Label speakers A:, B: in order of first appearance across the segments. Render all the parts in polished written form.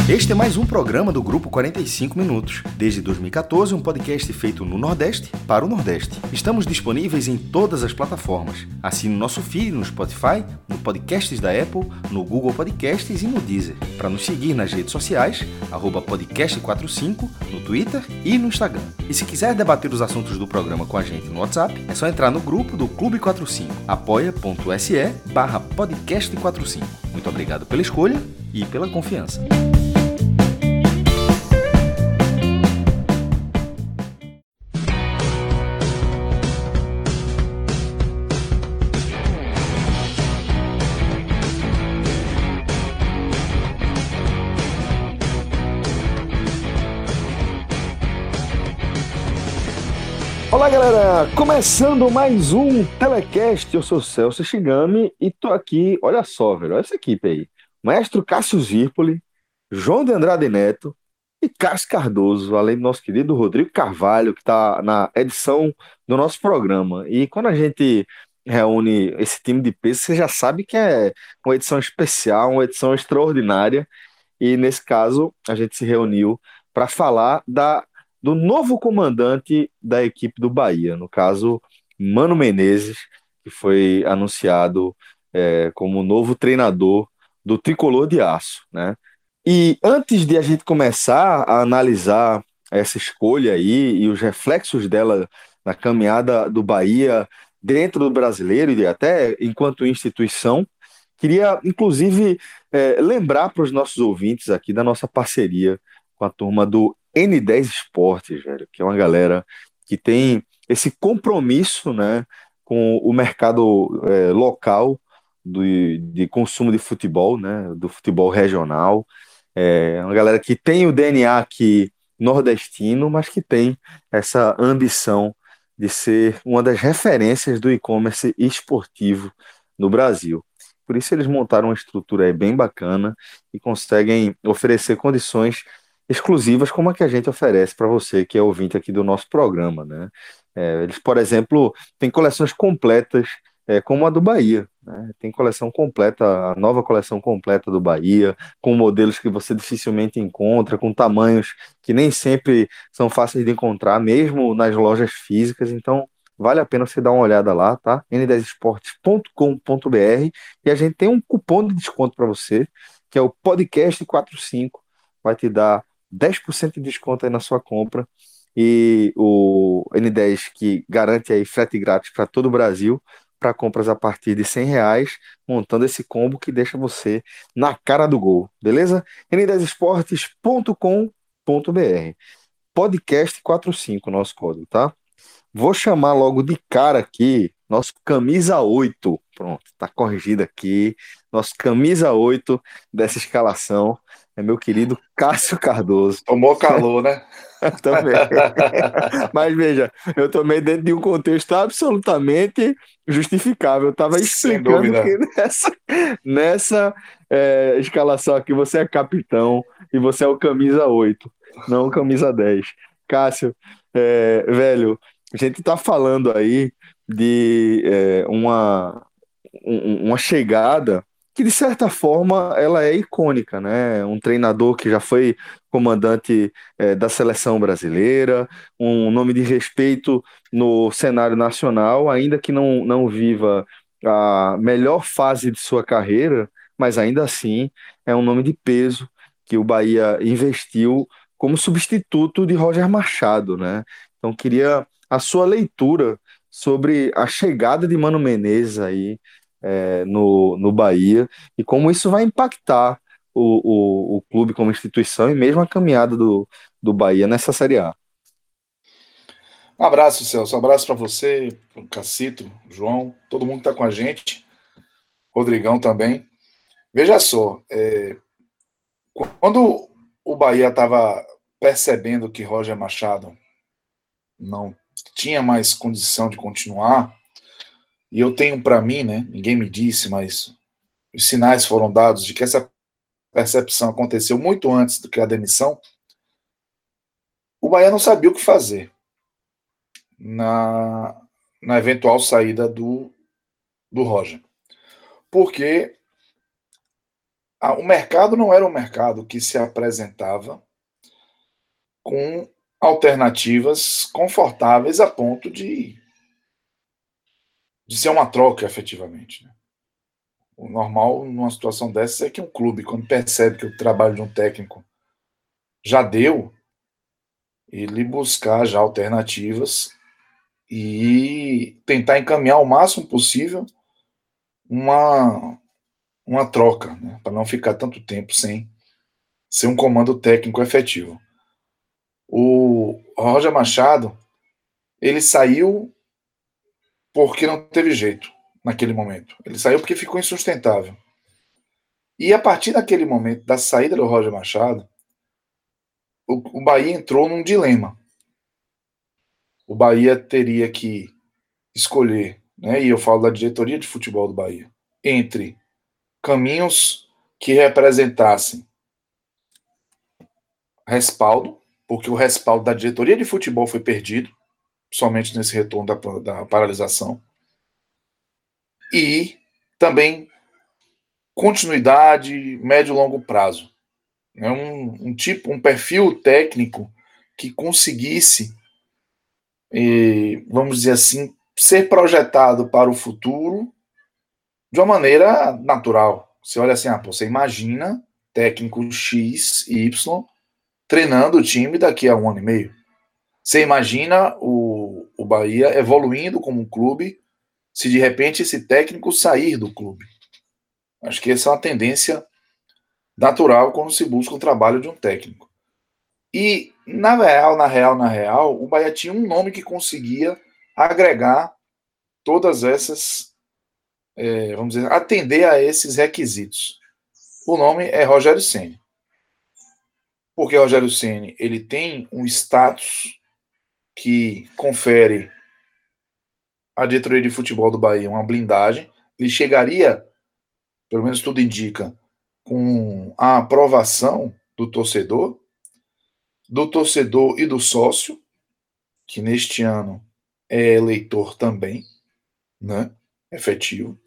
A: Este é mais um programa do Grupo 45 Minutos. Desde 2014, um podcast feito no Nordeste para o Nordeste. Estamos disponíveis em todas as plataformas. Assine o nosso feed no Spotify, no Podcasts da Apple, no Google Podcasts e no Deezer. Para nos seguir nas redes sociais, @podcast45, no Twitter e no Instagram. E se quiser debater os assuntos do programa com a gente no WhatsApp, é só entrar no grupo do Clube 45, apoia.se/podcast45. Muito obrigado pela escolha e pela confiança. Olá, galera! Começando mais um Telecast. Eu sou Celso Shigami e tô aqui, olha só, velho, olha essa equipe aí. Maestro Cássio Zirpoli, João de Andrade Neto e Cássio Cardoso, além do nosso querido Rodrigo Carvalho, que está na edição do nosso programa. E quando a gente reúne esse time de peso, você já sabe que é uma edição especial, uma edição extraordinária. E nesse caso, a gente se reuniu para falar do novo comandante da equipe do Bahia, no caso, Mano Menezes, que foi anunciado como novo treinador do Tricolor de Aço, né? E antes de a gente começar a analisar essa escolha aí e os reflexos dela na caminhada do Bahia dentro do brasileiro e até enquanto instituição, queria, inclusive, lembrar para os nossos ouvintes aqui da nossa parceria com a turma do N10 Esportes, velho, que é uma galera que tem esse compromisso, né, com o mercado local de consumo de futebol, né, do futebol regional. É uma galera que tem o DNA aqui nordestino, mas que tem essa ambição de ser uma das referências do e-commerce esportivo no Brasil. Por isso eles montaram uma estrutura aí bem bacana e conseguem oferecer condições exclusivas como a que a gente oferece para você que é ouvinte aqui do nosso programa, né? Eles, por exemplo, têm coleções completas, como a do Bahia, né? Tem coleção completa, a nova coleção completa do Bahia, com modelos que você dificilmente encontra, com tamanhos que nem sempre são fáceis de encontrar, mesmo nas lojas físicas. Então, vale a pena você dar uma olhada lá, tá? n10esportes.com.br, e a gente tem um cupom de desconto para você, que é o podcast45, vai te dar 10% de desconto aí na sua compra, e o N10 que garante aí frete grátis para todo o Brasil, para compras a partir de R$ 100, montando esse combo que deixa você na cara do gol, beleza? n10esportes.com.br, podcast 45, nosso código, tá? Vou chamar logo de cara aqui nosso camisa 8. Pronto, tá corrigido aqui. Nosso camisa 8 dessa escalação é meu querido Cássio Cardoso.
B: Tomou calor, né?
A: Também. Mas veja, eu tomei dentro de um contexto absolutamente justificável. Eu estava
B: Sem
A: explicando que
B: dúvida.
A: nessa escalação aqui você é capitão e você é o camisa 8, não o camisa 10. Cássio, velho, a gente está falando aí de uma chegada que, de certa forma, ela é icônica, né? Um treinador que já foi comandante da seleção brasileira, um nome de respeito no cenário nacional, ainda que não viva a melhor fase de sua carreira, mas ainda assim é um nome de peso que o Bahia investiu como substituto de Roger Machado, né? Então, queria a sua leitura sobre a chegada de Mano Menezes aí no Bahia e como isso vai impactar o clube como instituição e mesmo a caminhada do Bahia nessa Série A.
B: Um abraço, Celso. Um abraço para você, pro Cacito, João, todo mundo que está com a gente. Rodrigão também. Veja só, quando o Bahia estava percebendo que Roger Machado não tinha mais condição de continuar, e eu tenho para mim, né? Ninguém me disse, mas os sinais foram dados de que essa percepção aconteceu muito antes do que a demissão. O Bahia não sabia o que fazer na, na eventual saída do Roger. Porque o mercado não era um mercado que se apresentava com alternativas confortáveis a ponto de ser uma troca, efetivamente. Né? O normal, numa situação dessa, é que um clube, quando percebe que o trabalho de um técnico já deu, ele buscar já alternativas e tentar encaminhar o máximo possível uma, uma troca, né? Para não ficar tanto tempo sem ser um comando técnico efetivo. O Roger Machado, ele saiu porque não teve jeito naquele momento. Ele saiu porque ficou insustentável. E a partir daquele momento, da saída do Roger Machado, o Bahia entrou num dilema. O Bahia teria que escolher, né, e eu falo da diretoria de futebol do Bahia, entre caminhos que representassem respaldo, porque o respaldo da diretoria de futebol foi perdido, somente nesse retorno da paralisação, e também continuidade, médio e longo prazo. É um perfil técnico que conseguisse, vamos dizer assim, ser projetado para o futuro de uma maneira natural. Você olha assim, você imagina técnico X e Y treinando o time daqui a 1 ano e meio. Você imagina o Bahia evoluindo como um clube se de repente esse técnico sair do clube. Acho que essa é uma tendência natural quando se busca o trabalho de um técnico. E, na real, o Bahia tinha um nome que conseguia agregar todas essas, vamos dizer, atender a esses requisitos. O nome é Rogério Ceni. Porque Rogério Ceni, ele tem um status que confere à diretoria de futebol do Bahia uma blindagem. Ele chegaria, pelo menos tudo indica, com a aprovação do torcedor e do sócio, que neste ano é eleitor também, né, efetivo.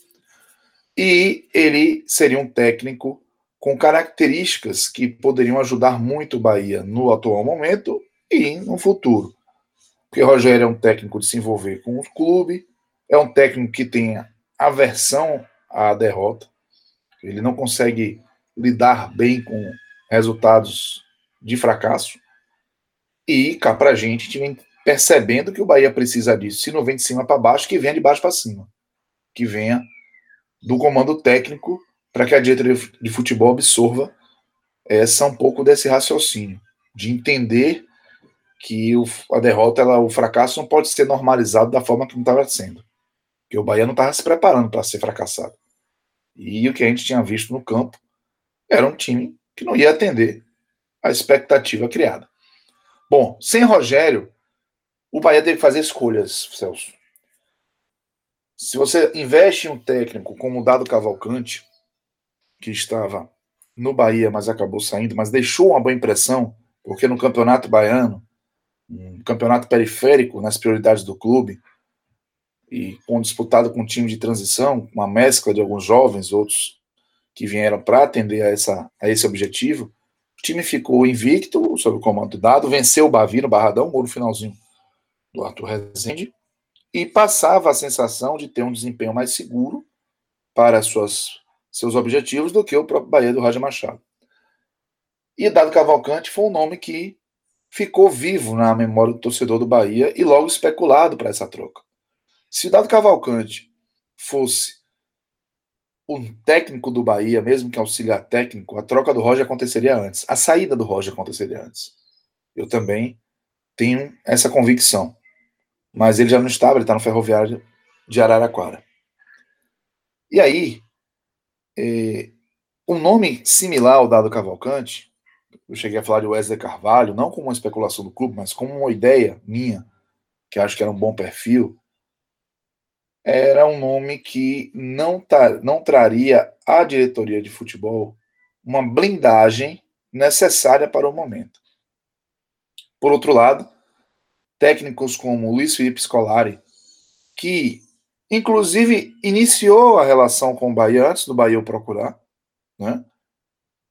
B: E ele seria um técnico com características que poderiam ajudar muito o Bahia no atual momento e no futuro. Porque Rogério é um técnico de se envolver com o clube, é um técnico que tem aversão à derrota, ele não consegue lidar bem com resultados de fracasso. E cá pra gente vem percebendo que o Bahia precisa disso. Se não vem de cima para baixo, que venha de baixo para cima. Que venha do comando técnico para que a diretoria de futebol absorva um pouco desse raciocínio, de entender que a derrota, o fracasso não pode ser normalizado da forma que não estava sendo. Porque o Bahia não estava se preparando para ser fracassado. E o que a gente tinha visto no campo era um time que não ia atender a expectativa criada. Bom, sem Rogério, o Bahia teve que fazer escolhas, Celso. Se você investe em um técnico como o Dado Cavalcante, que estava no Bahia, mas acabou saindo, mas deixou uma boa impressão, porque no Campeonato Baiano, um campeonato periférico nas prioridades do clube, e disputado com um time de transição, uma mescla de alguns jovens, outros que vieram para atender a esse objetivo, o time ficou invicto sob o comando do Dado, venceu o Bavi no Barradão, gol no finalzinho do Arthur Rezende, e passava a sensação de ter um desempenho mais seguro para seus objetivos do que o próprio Bahia do Roger Machado. E Dado Cavalcante foi um nome que ficou vivo na memória do torcedor do Bahia e logo especulado para essa troca. Se o Dado Cavalcante fosse um técnico do Bahia, mesmo que auxiliar técnico, a troca do Roger aconteceria antes. A saída do Roger aconteceria antes. Eu também tenho essa convicção. Mas ele já não estava, ele está no Ferroviário de Araraquara. E aí, um nome similar ao Dado Cavalcante, eu cheguei a falar de Wesley Carvalho, não como uma especulação do clube, mas como uma ideia minha, que acho que era um bom perfil, era um nome que não traria à diretoria de futebol uma blindagem necessária para o momento. Por outro lado, técnicos como Luiz Felipe Scolari, que inclusive iniciou a relação com o Bahia antes do Bahia o procurar, né?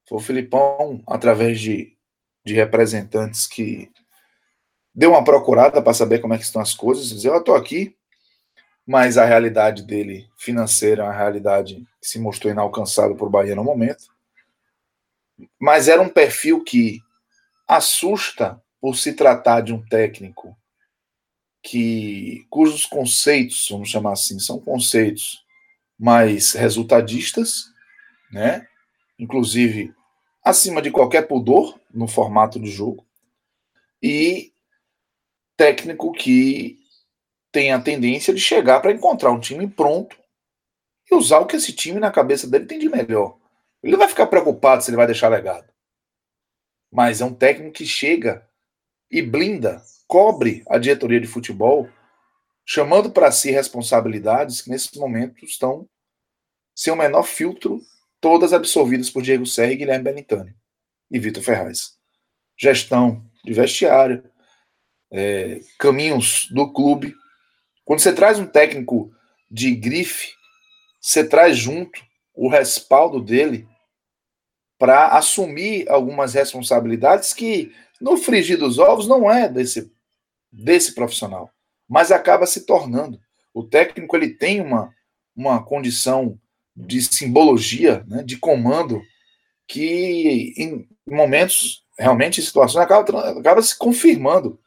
B: Foi o Filipão, através de representantes que deu uma procurada para saber como é que estão as coisas, dizer, eu estou aqui, mas a realidade dele financeira é uma realidade que se mostrou inalcançável por Bahia no momento. Mas era um perfil que assusta por se tratar de um técnico cujos conceitos, vamos chamar assim, são conceitos mais resultadistas, né? Inclusive acima de qualquer pudor no formato de jogo, e técnico que tem a tendência de chegar para encontrar um time pronto e usar o que esse time na cabeça dele tem de melhor. Ele não vai ficar preocupado se ele vai deixar legado. Mas é um técnico que chega e blinda, cobre a diretoria de futebol, chamando para si responsabilidades que nesse momento estão sem o menor filtro, todas absorvidas por Diego Serra e Guilherme Belintani e Vitor Ferraz. Gestão de vestiário, caminhos do clube. Quando você traz um técnico de grife, você traz junto o respaldo dele para assumir algumas responsabilidades que, no frigir dos ovos, não é desse profissional, mas acaba se tornando. O técnico ele tem uma condição de simbologia, né, de comando, que em momentos, realmente, em situações, acaba se confirmando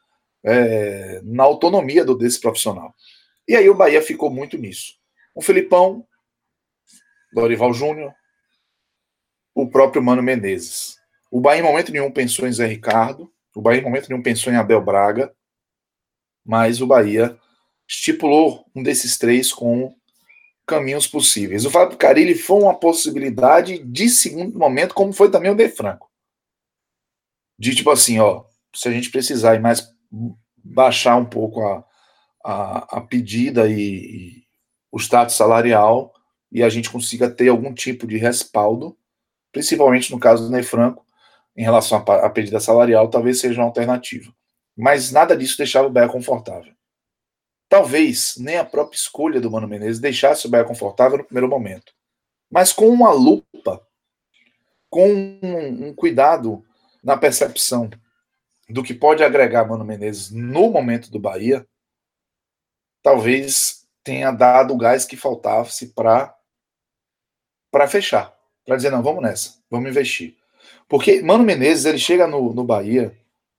B: na autonomia desse profissional. E aí o Bahia ficou muito nisso. O Filipão, Dorival Júnior, o próprio Mano Menezes. O Bahia em momento nenhum pensou em Zé Ricardo, o Bahia em momento nenhum pensou em Abel Braga, mas o Bahia estipulou um desses três com caminhos possíveis. O Fábio Carille foi uma possibilidade de segundo momento, como foi também o De Franco. De tipo assim, ó, se a gente precisar ir mais baixar um pouco a pedida e o status salarial e a gente consiga ter algum tipo de respaldo, principalmente no caso do Ney Franco, em relação à pedida salarial, talvez seja uma alternativa. Mas nada disso deixava o Bahia confortável. Talvez nem a própria escolha do Mano Menezes deixasse o Bahia confortável no primeiro momento. Mas com uma lupa, com um cuidado na percepção do que pode agregar Mano Menezes no momento do Bahia, talvez tenha dado o gás que faltasse para fechar. Para dizer, não, vamos nessa, vamos investir. Porque Mano Menezes ele chega no Bahia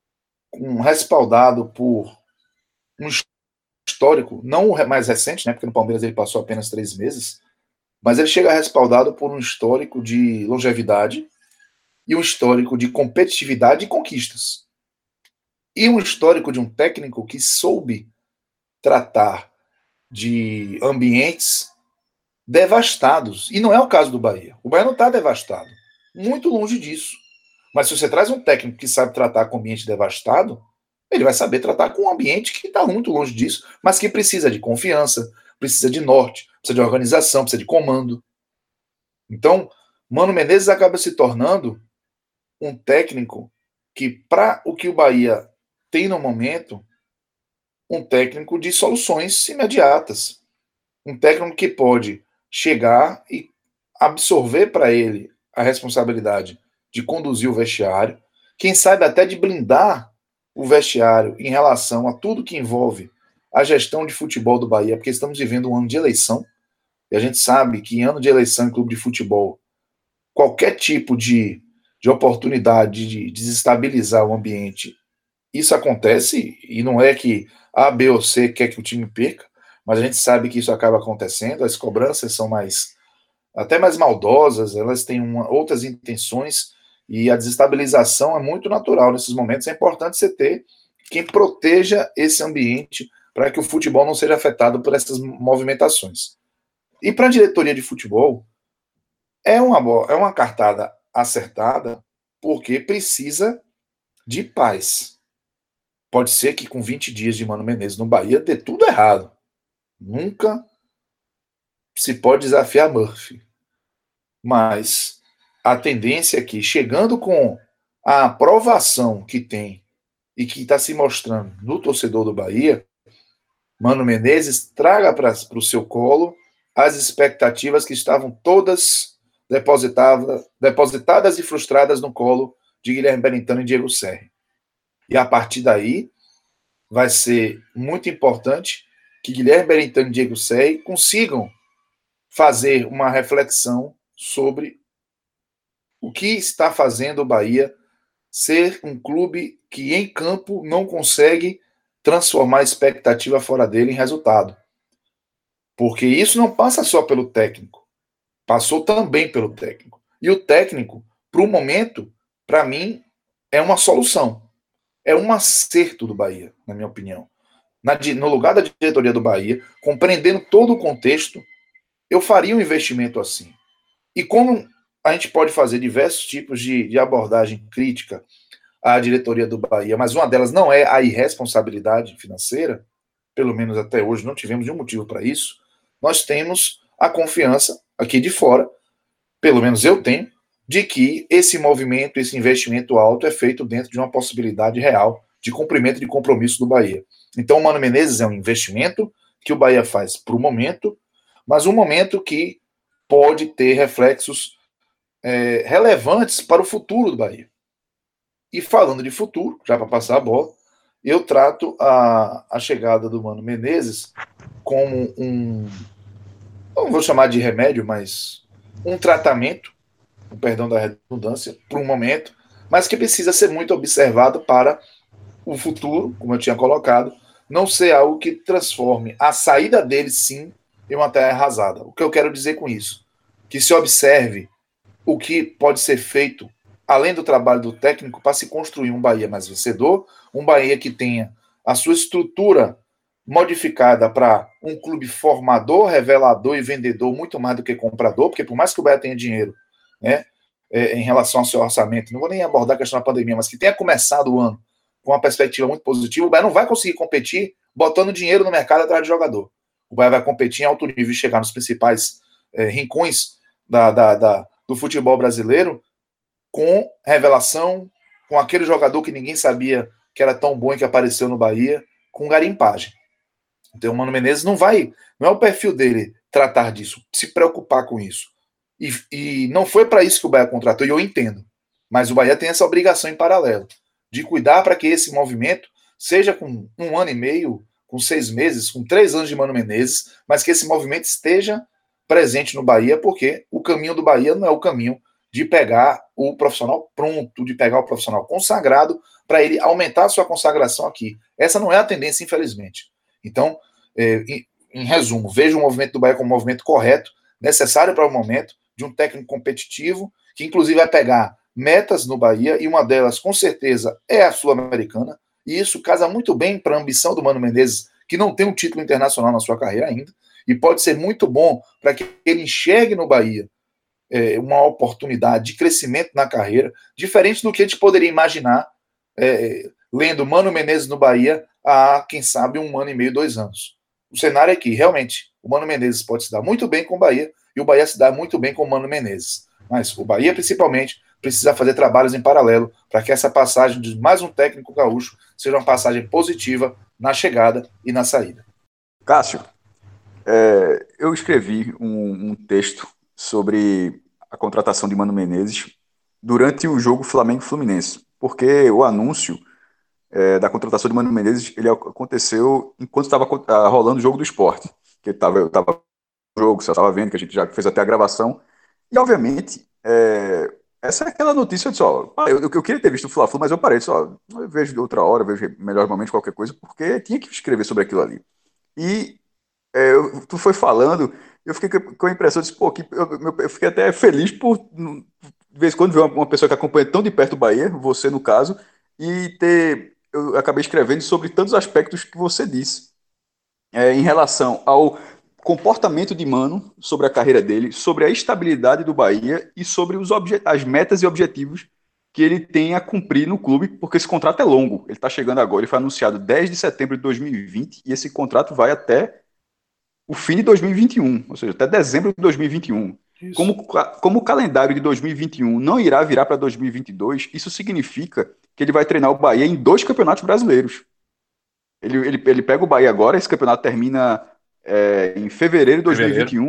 B: respaldado por um histórico, não o mais recente, né, porque no Palmeiras ele passou apenas 3 meses, mas ele chega respaldado por um histórico de longevidade e um histórico de competitividade e conquistas. E um histórico de um técnico que soube tratar de ambientes devastados. E não é o caso do Bahia. O Bahia não está devastado. Muito longe disso. Mas se você traz um técnico que sabe tratar com ambiente devastado, ele vai saber tratar com um ambiente que está muito longe disso, mas que precisa de confiança, precisa de norte, precisa de organização, precisa de comando. Então, Mano Menezes acaba se tornando um técnico que, para o que o Bahia tem no momento, um técnico de soluções imediatas. Um técnico que pode chegar e absorver para ele a responsabilidade de conduzir o vestiário, quem sabe até de blindar o vestiário em relação a tudo que envolve a gestão de futebol do Bahia, porque estamos vivendo um ano de eleição, e a gente sabe que em ano de eleição em clube de futebol, qualquer tipo de oportunidade de desestabilizar o ambiente, isso acontece, e não é que A, B ou C quer que o time perca, mas a gente sabe que isso acaba acontecendo, as cobranças são até mais maldosas, elas têm outras intenções, e a desestabilização é muito natural nesses momentos. É importante você ter quem proteja esse ambiente para que o futebol não seja afetado por essas movimentações. E para a diretoria de futebol, é uma cartada acertada, porque precisa de paz. Pode ser que com 20 dias de Mano Menezes no Bahia dê tudo errado. Nunca se pode desafiar Murphy. Mas a tendência é que, chegando com a aprovação que tem e que está se mostrando no torcedor do Bahia, Mano Menezes traga para o seu colo as expectativas que estavam todas depositadas e frustradas no colo de Guilherme Belintani e Diego Serri. E a partir daí, vai ser muito importante que Guilherme Belintani e Diego Serri consigam fazer uma reflexão sobre o que está fazendo o Bahia ser um clube que em campo não consegue transformar a expectativa fora dele em resultado. Porque isso não passa só pelo técnico, passou também pelo técnico. E o técnico, para o momento, para mim, é uma solução. É um acerto do Bahia, na minha opinião. No lugar da diretoria do Bahia, compreendendo todo o contexto, eu faria um investimento assim. E como a gente pode fazer diversos tipos de abordagem crítica à diretoria do Bahia, mas uma delas não é a irresponsabilidade financeira, pelo menos até hoje não tivemos nenhum motivo para isso, nós temos a confiança aqui de fora, pelo menos eu tenho, de que esse movimento, esse investimento alto é feito dentro de uma possibilidade real de cumprimento de compromisso do Bahia. Então o Mano Menezes é um investimento que o Bahia faz para o momento, mas um momento que pode ter reflexos relevantes para o futuro do Bahia. E falando de futuro, já para passar a bola, eu trato a chegada do Mano Menezes como não vou chamar de remédio, mas um tratamento, com perdão da redundância, por um momento, mas que precisa ser muito observado para o futuro, como eu tinha colocado, não ser algo que transforme a saída dele, sim, em uma terra arrasada. O que eu quero dizer com isso? Que se observe o que pode ser feito, além do trabalho do técnico, para se construir um Bahia mais vencedor, um Bahia que tenha a sua estrutura modificada para um clube formador, revelador e vendedor muito mais do que comprador, porque por mais que o Bahia tenha dinheiro, né, em relação ao seu orçamento, não vou nem abordar a questão da pandemia, mas que tenha começado o ano com uma perspectiva muito positiva, o Bahia não vai conseguir competir botando dinheiro no mercado atrás de jogador. O Bahia vai competir em alto nível e chegar nos principais rincões do futebol brasileiro com revelação, com aquele jogador que ninguém sabia que era tão bom e que apareceu no Bahia, com garimpagem. Então o Mano Menezes não é o perfil dele tratar disso, se preocupar com isso. E não foi para isso que o Bahia contratou, e eu entendo. Mas o Bahia tem essa obrigação em paralelo, de cuidar para que esse movimento seja com 1 ano e meio, com 6 meses, com 3 anos de Mano Menezes, mas que esse movimento esteja presente no Bahia, porque o caminho do Bahia não é o caminho de pegar o profissional pronto, de pegar o profissional consagrado para ele aumentar a sua consagração aqui. Essa não é a tendência, infelizmente. Então, em resumo, vejo o movimento do Bahia como um movimento correto, necessário para o momento, de um técnico competitivo, que inclusive vai pegar metas no Bahia, e uma delas, com certeza, é a Sul-Americana, e isso casa muito bem para a ambição do Mano Menezes, que não tem um título internacional na sua carreira ainda, e pode ser muito bom para que ele enxergue no Bahia uma oportunidade de crescimento na carreira, diferente do que a gente poderia imaginar lendo Mano Menezes no Bahia há, quem sabe, 1 ano e meio, 2 anos. O cenário é que, realmente, o Mano Menezes pode se dar muito bem com o Bahia e o Bahia se dá muito bem com o Mano Menezes. Mas o Bahia, principalmente, precisa fazer trabalhos em paralelo para que essa passagem de mais um técnico gaúcho seja uma passagem positiva na chegada e na saída.
C: Cássio, eu escrevi um texto sobre a contratação de Mano Menezes durante o jogo Flamengo-Fluminense, porque o anúncio da contratação de Mano Menezes ele aconteceu enquanto estava rolando o jogo do Sport, que eu estava no jogo, você estava vendo, que a gente já fez até a gravação, e obviamente essa é aquela notícia, eu disse, eu queria ter visto o Fla-Flu, mas eu parei, eu vejo de outra hora, eu vejo melhor momento, qualquer coisa, porque tinha que escrever sobre aquilo ali. E tu foi falando, eu fiquei com a impressão de eu fiquei até feliz por, de vez em quando, ver uma pessoa que acompanha tão de perto o Bahia, você no caso, e eu acabei escrevendo sobre tantos aspectos que você disse, em relação ao comportamento de Mano, sobre a carreira dele, sobre a estabilidade do Bahia e sobre as metas e objetivos que ele tem a cumprir no clube, porque esse contrato é longo, ele está chegando agora, ele foi anunciado 10 de setembro de 2020, e esse contrato vai até o fim de 2021, ou seja, até dezembro de 2021. Como o calendário de 2021 não irá virar para 2022, isso significa que ele vai treinar o Bahia em 2 campeonatos brasileiros. Ele pega o Bahia agora, esse campeonato termina em fevereiro de 2021,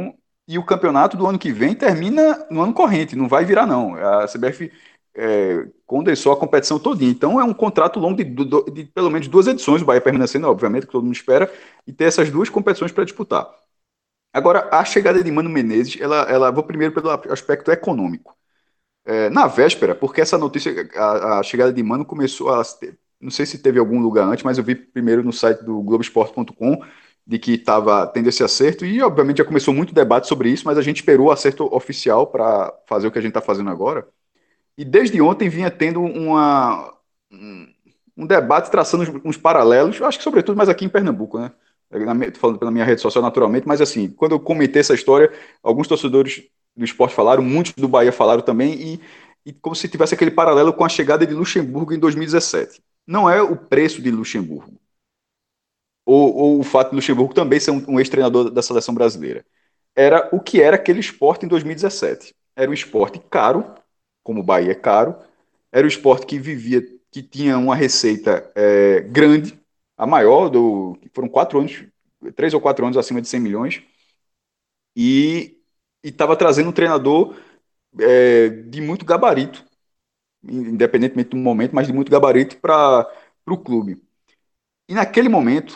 C: e o campeonato do ano que vem termina no ano corrente, não vai virar não. A CBF condensou a competição todinha. Então é um contrato longo de pelo menos 2 edições, o Bahia permanecendo, obviamente, que todo mundo espera, e ter essas 2 competições para disputar. Agora, a chegada de Mano Menezes, vou primeiro pelo aspecto econômico. Na véspera, porque essa notícia, a chegada de Mano começou não sei se teve algum lugar antes, mas eu vi primeiro no site do Globoesporte.com de que estava tendo esse acerto, e obviamente já começou muito debate sobre isso, mas a gente esperou o acerto oficial para fazer o que a gente está fazendo agora. E desde ontem vinha tendo um, um debate traçando uns paralelos, eu acho que sobretudo mais aqui em Pernambuco, né? Tô falando pela minha rede social naturalmente, mas assim, quando eu comentei essa história, alguns torcedores do esporte falaram, muitos do Bahia falaram também, e como se tivesse aquele paralelo com a chegada de Luxemburgo em 2017. Não é o preço de Luxemburgo, ou o fato de Luxemburgo também ser um ex-treinador da seleção brasileira. Era o que era aquele esporte em 2017. Era um esporte caro, como o Bahia é caro, era um esporte que vivia, que tinha uma receita grande, a maior foram 4 anos, 3 ou 4 anos acima de 100 milhões, e estava trazendo um treinador de muito gabarito, independentemente do momento, mas de muito gabarito para o clube. E naquele momento,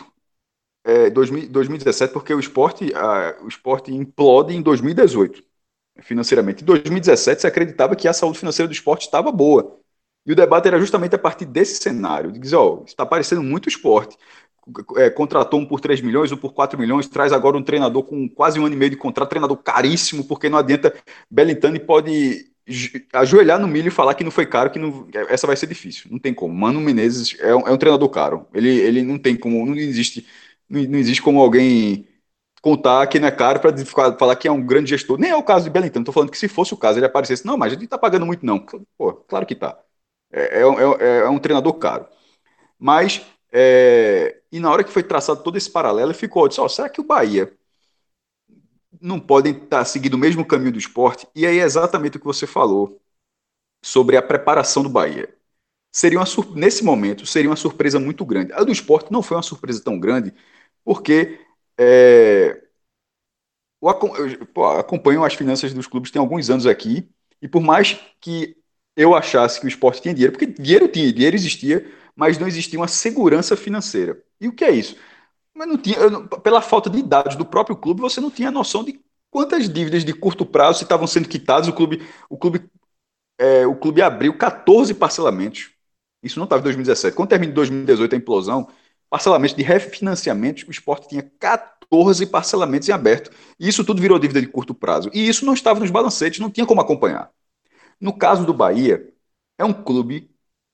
C: 2017, porque o esporte implode em 2018, financeiramente. Em 2017, se acreditava que a saúde financeira do esporte estava boa. E o debate era justamente a partir desse cenário, de dizer, ó, está parecendo muito esporte. Contratou um por 3 milhões, um por 4 milhões, traz agora um treinador com quase 1 ano e meio de contrato, treinador caríssimo, porque não adianta, Belintani pode ajoelhar no milho e falar que não foi caro, que não, essa vai ser difícil, não tem como. Mano Menezes é um treinador caro, ele não tem como, não existe como alguém contar que não é caro para falar que é um grande gestor. Nem é o caso de Belintani, estou falando que se fosse o caso, ele aparecesse, não, mas a gente está pagando muito não. Pô, claro que tá. É um treinador caro. Mas, e na hora que foi traçado todo esse paralelo, ficou, eu disse, ó, será que o Bahia não pode estar seguindo o mesmo caminho do esporte? E aí é exatamente o que você falou sobre a preparação do Bahia. Nesse momento, seria uma surpresa muito grande. A do esporte não foi uma surpresa tão grande, porque eu acompanho as finanças dos clubes tem alguns anos aqui, e por mais que eu achasse que o esporte tinha dinheiro, porque dinheiro tinha, dinheiro existia, mas não existia uma segurança financeira. E o que é isso? Mas não tinha, pela falta de dados do próprio clube, você não tinha noção de quantas dívidas de curto prazo estavam sendo quitadas. O clube abriu 14 parcelamentos. Isso não estava em 2017. Quando termina em 2018 a implosão, parcelamentos de refinanciamento, o esporte tinha 14 parcelamentos em aberto. E isso tudo virou dívida de curto prazo. E isso não estava nos balancetes, não tinha como acompanhar. No caso do Bahia, é um clube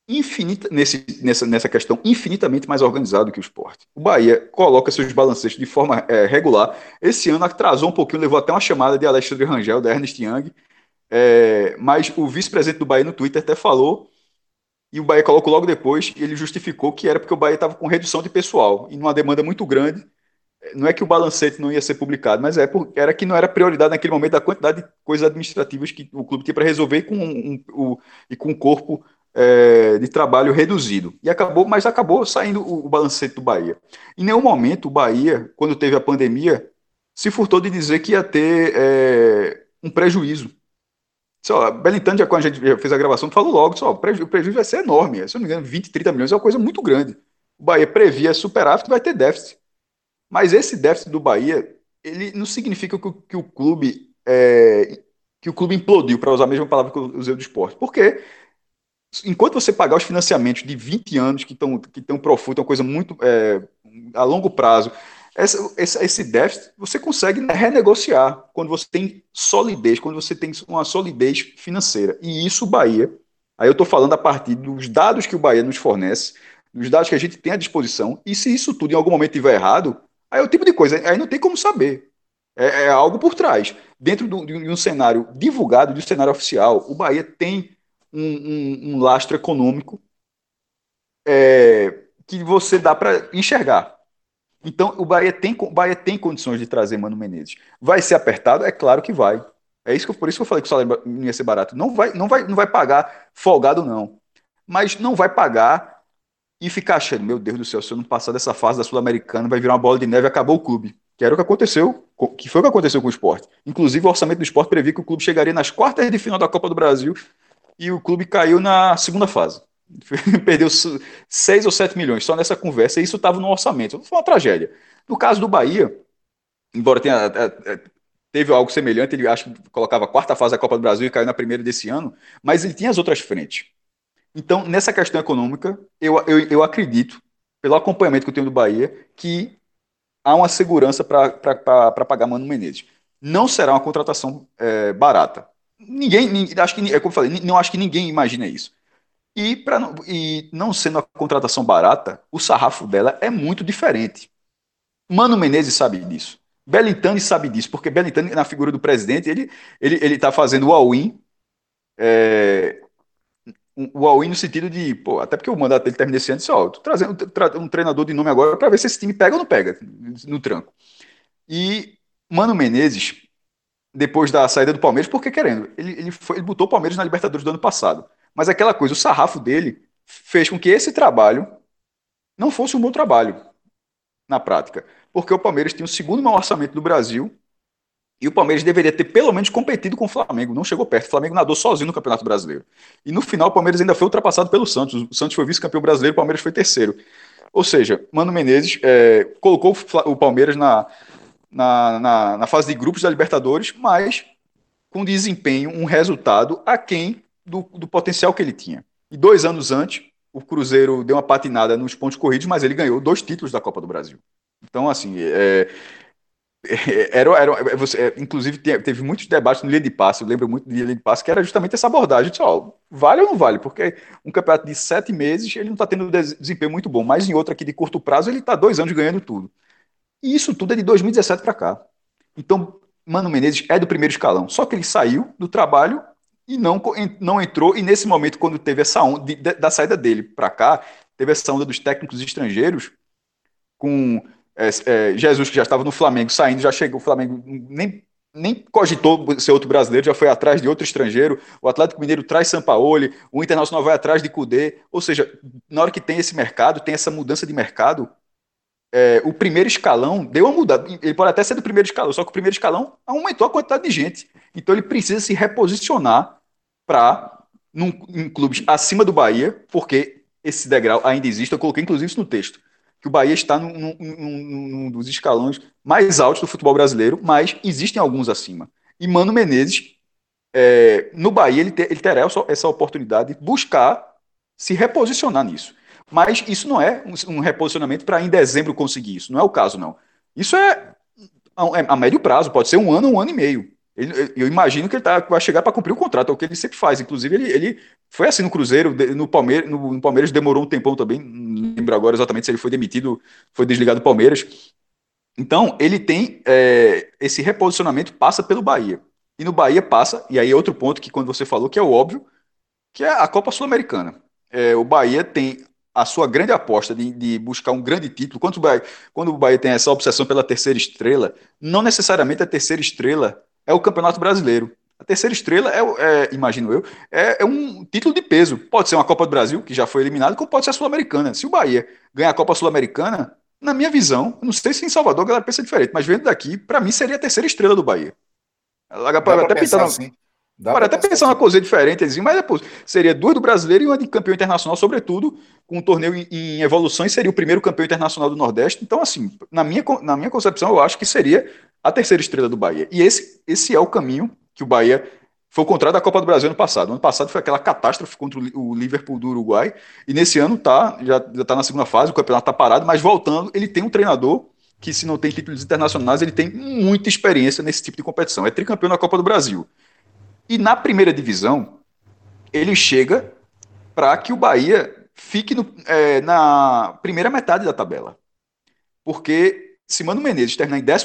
C: nessa questão infinitamente mais organizado que o esporte. O Bahia coloca seus balancetes de forma regular. Esse ano atrasou um pouquinho, levou até uma chamada de Alexandre Rangel, da Ernest Young, mas o vice-presidente do Bahia no Twitter até falou, e o Bahia colocou logo depois, e ele justificou que era porque o Bahia estava com redução de pessoal e numa demanda muito grande. Não é que o balancete não ia ser publicado, mas era que não era prioridade naquele momento da quantidade de coisas administrativas que o clube tinha para resolver e com um corpo de trabalho reduzido. Mas acabou saindo o balancete do Bahia. Em nenhum momento o Bahia, quando teve a pandemia, se furtou de dizer que ia ter um prejuízo. Só, Belintani, já quando a gente fez a gravação, falou logo, só, o prejuízo vai ser enorme. Se eu não me engano, 20, 30 milhões é uma coisa muito grande. O Bahia previa superávit, vai ter déficit. Mas esse déficit do Bahia, ele não significa que o clube implodiu, para usar a mesma palavra que eu usei do esporte. Porque enquanto você pagar os financiamentos de 20 anos, que estão profundo, é uma coisa muito a longo prazo, esse déficit você consegue renegociar quando você tem solidez, quando você tem uma solidez financeira. E isso o Bahia, aí eu estou falando a partir dos dados que o Bahia nos fornece, dos dados que a gente tem à disposição, e se isso tudo em algum momento estiver errado, aí é o tipo de coisa, aí não tem como saber. É algo por trás. Dentro de um cenário divulgado, de um cenário oficial, o Bahia tem um lastro econômico que você dá para enxergar. Então, o Bahia tem condições de trazer Mano Menezes. Vai ser apertado? É claro que vai. Por isso que eu falei que o salário não ia ser barato. Não vai pagar folgado, não. Mas não vai pagar e ficar achando, meu Deus do céu, se eu não passar dessa fase da Sul-Americana, vai virar uma bola de neve e acabou o clube. que era o que aconteceu, que foi o que aconteceu com o Sport. Inclusive, o orçamento do Sport previa que o clube chegaria nas quartas de final da Copa do Brasil e o clube caiu na segunda fase. Perdeu 6 ou 7 milhões só nessa conversa, e isso estava no orçamento. Foi uma tragédia. No caso do Bahia, embora teve algo semelhante, ele acho que colocava a quarta fase da Copa do Brasil e caiu na primeira desse ano, mas ele tinha as outras frentes. Então, nessa questão econômica, eu acredito, pelo acompanhamento que eu tenho do Bahia, que há uma segurança para pagar Mano Menezes. Não será uma contratação barata. Acho que, é como eu falei, não acho que ninguém imagina isso. E não sendo uma contratação barata, o sarrafo dela é muito diferente. Mano Menezes sabe disso. Belintani sabe disso, porque Belintani, na figura do presidente, ele tá fazendo o all-in, o all-in no sentido de, pô, até porque o mandato dele termina esse ano, disse, ó, tô trazendo um treinador de nome agora para ver se esse time pega ou não pega no tranco. E Mano Menezes, depois da saída do Palmeiras, porque querendo, ele botou o Palmeiras na Libertadores do ano passado. Mas aquela coisa, o sarrafo dele fez com que esse trabalho não fosse um bom trabalho na prática. Porque o Palmeiras tinha o segundo maior orçamento do Brasil e o Palmeiras deveria ter pelo menos competido com o Flamengo. Não chegou perto. O Flamengo nadou sozinho no Campeonato Brasileiro. E no final o Palmeiras ainda foi ultrapassado pelo Santos. O Santos foi vice-campeão brasileiro, o Palmeiras foi terceiro. Ou seja, Mano Menezes colocou o Palmeiras na fase de grupos da Libertadores, mas com desempenho, um resultado aquém do potencial que ele tinha. E 2 anos antes, o Cruzeiro deu uma patinada nos pontos corridos, mas ele ganhou 2 títulos da Copa do Brasil. Então, assim, inclusive teve muitos debates no linha de passe, eu lembro muito do linha de passe, que era justamente essa abordagem, disse, ó, vale ou não vale? Porque um campeonato de 7 meses, ele não está tendo desempenho muito bom, mas em outro aqui de curto prazo, ele está 2 anos ganhando tudo. E isso tudo é de 2017 para cá. Então, Mano Menezes é do primeiro escalão. Só que ele saiu do trabalho e não entrou. E nesse momento, quando teve essa onda da saída dele para cá, teve essa onda dos técnicos estrangeiros, com Jesus, que já estava no Flamengo, saindo, já chegou. O Flamengo nem cogitou ser outro brasileiro, já foi atrás de outro estrangeiro. O Atlético Mineiro traz Sampaoli, o Internacional vai atrás de Kudê. Ou seja, na hora que tem esse mercado, tem essa mudança de mercado, o primeiro escalão deu uma mudada. Ele pode até ser do primeiro escalão, só que o primeiro escalão aumentou a quantidade de gente. Então ele precisa se reposicionar para em clubes acima do Bahia, porque esse degrau ainda existe. Eu coloquei inclusive isso no texto, que o Bahia está num dos escalões mais altos do futebol brasileiro, mas existem alguns acima. E Mano Menezes, no Bahia, ele terá essa oportunidade de buscar se reposicionar nisso. Mas isso não é um reposicionamento para em dezembro conseguir isso. Não é o caso, não. Isso é a médio prazo, pode ser um ano e meio. Eu imagino que ele vai chegar para cumprir o contrato, é o que ele sempre faz. Inclusive, ele foi assim no Cruzeiro, no Palmeiras demorou um tempão também. Não lembro agora exatamente se ele foi demitido, foi desligado do Palmeiras. Então, ele tem esse reposicionamento, passa pelo Bahia. E no Bahia passa, e aí é outro ponto que quando você falou, que é o óbvio, que é a Copa Sul-Americana. O Bahia tem a sua grande aposta de buscar um grande título. Quando o Bahia tem essa obsessão pela terceira estrela, não necessariamente a terceira estrela é o Campeonato Brasileiro. A terceira estrela imagino eu, é um título de peso. Pode ser uma Copa do Brasil, que já foi eliminado, como pode ser a Sul-Americana. Se o Bahia ganhar a Copa Sul-Americana, na minha visão, não sei se em Salvador a galera pensa diferente, mas vendo daqui, para mim seria a terceira estrela do Bahia.
B: Dá para pensar assim.
C: Pode até pensar uma coisa diferente, mas depois seria 2 do brasileiro e uma de campeão internacional, sobretudo com um torneio em evolução, e seria o primeiro campeão internacional do Nordeste. Então, assim, na minha concepção, eu acho que seria a terceira estrela do Bahia. E esse é o caminho que o Bahia foi o contrário da Copa do Brasil ano passado. Ano passado foi aquela catástrofe contra o Liverpool do Uruguai, e nesse ano já está na segunda fase, o campeonato está parado, mas voltando, ele tem um treinador que, se não tem títulos internacionais, ele tem muita experiência nesse tipo de competição. É tricampeão da Copa do Brasil. E na primeira divisão, ele chega para que o Bahia fique na primeira metade da tabela. Porque se Mano Menezes terminar em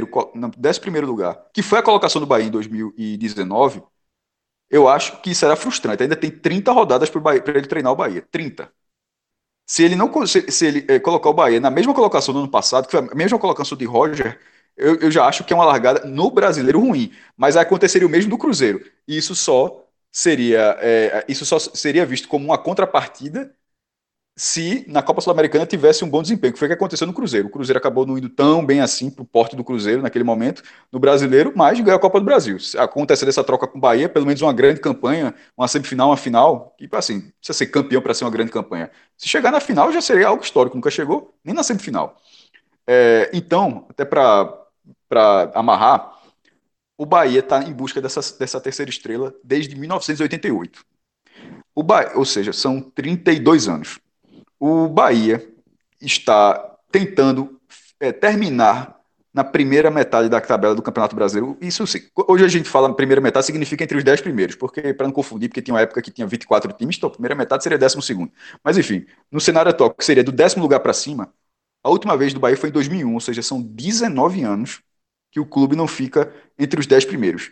C: 11º lugar, que foi a colocação do Bahia em 2019, eu acho que será frustrante. Ainda tem 30 rodadas para ele treinar o Bahia. 30. Se ele não se ele colocar o Bahia na mesma colocação do ano passado, que foi a mesma colocação de Roger, eu já acho que é uma largada no brasileiro ruim. Mas aconteceria o mesmo do Cruzeiro. E isso só seria visto como uma contrapartida se na Copa Sul-Americana tivesse um bom desempenho, que foi o que aconteceu no Cruzeiro. O Cruzeiro acabou não indo tão bem assim para o porte do Cruzeiro naquele momento, no Brasileiro, mas ganhou a Copa do Brasil. Se acontecer essa troca com o Bahia, pelo menos uma grande campanha, uma semifinal, uma final, e assim, precisa ser campeão para ser uma grande campanha. Se chegar na final já seria algo histórico, nunca chegou, nem na semifinal. Então, até para amarrar, o Bahia está em busca dessa terceira estrela desde 1988. Ou seja, são 32 anos. O Bahia está tentando terminar na primeira metade da tabela do Campeonato Brasileiro. Isso, hoje a gente fala primeira metade, significa entre os 10 primeiros, porque para não confundir, porque tinha uma época que tinha 24 times, então a primeira metade seria 12º. Mas enfim, no cenário atual, que seria do 10º lugar para cima, a última vez do Bahia foi em 2001, ou seja, são 19 anos que o clube não fica entre os 10 primeiros.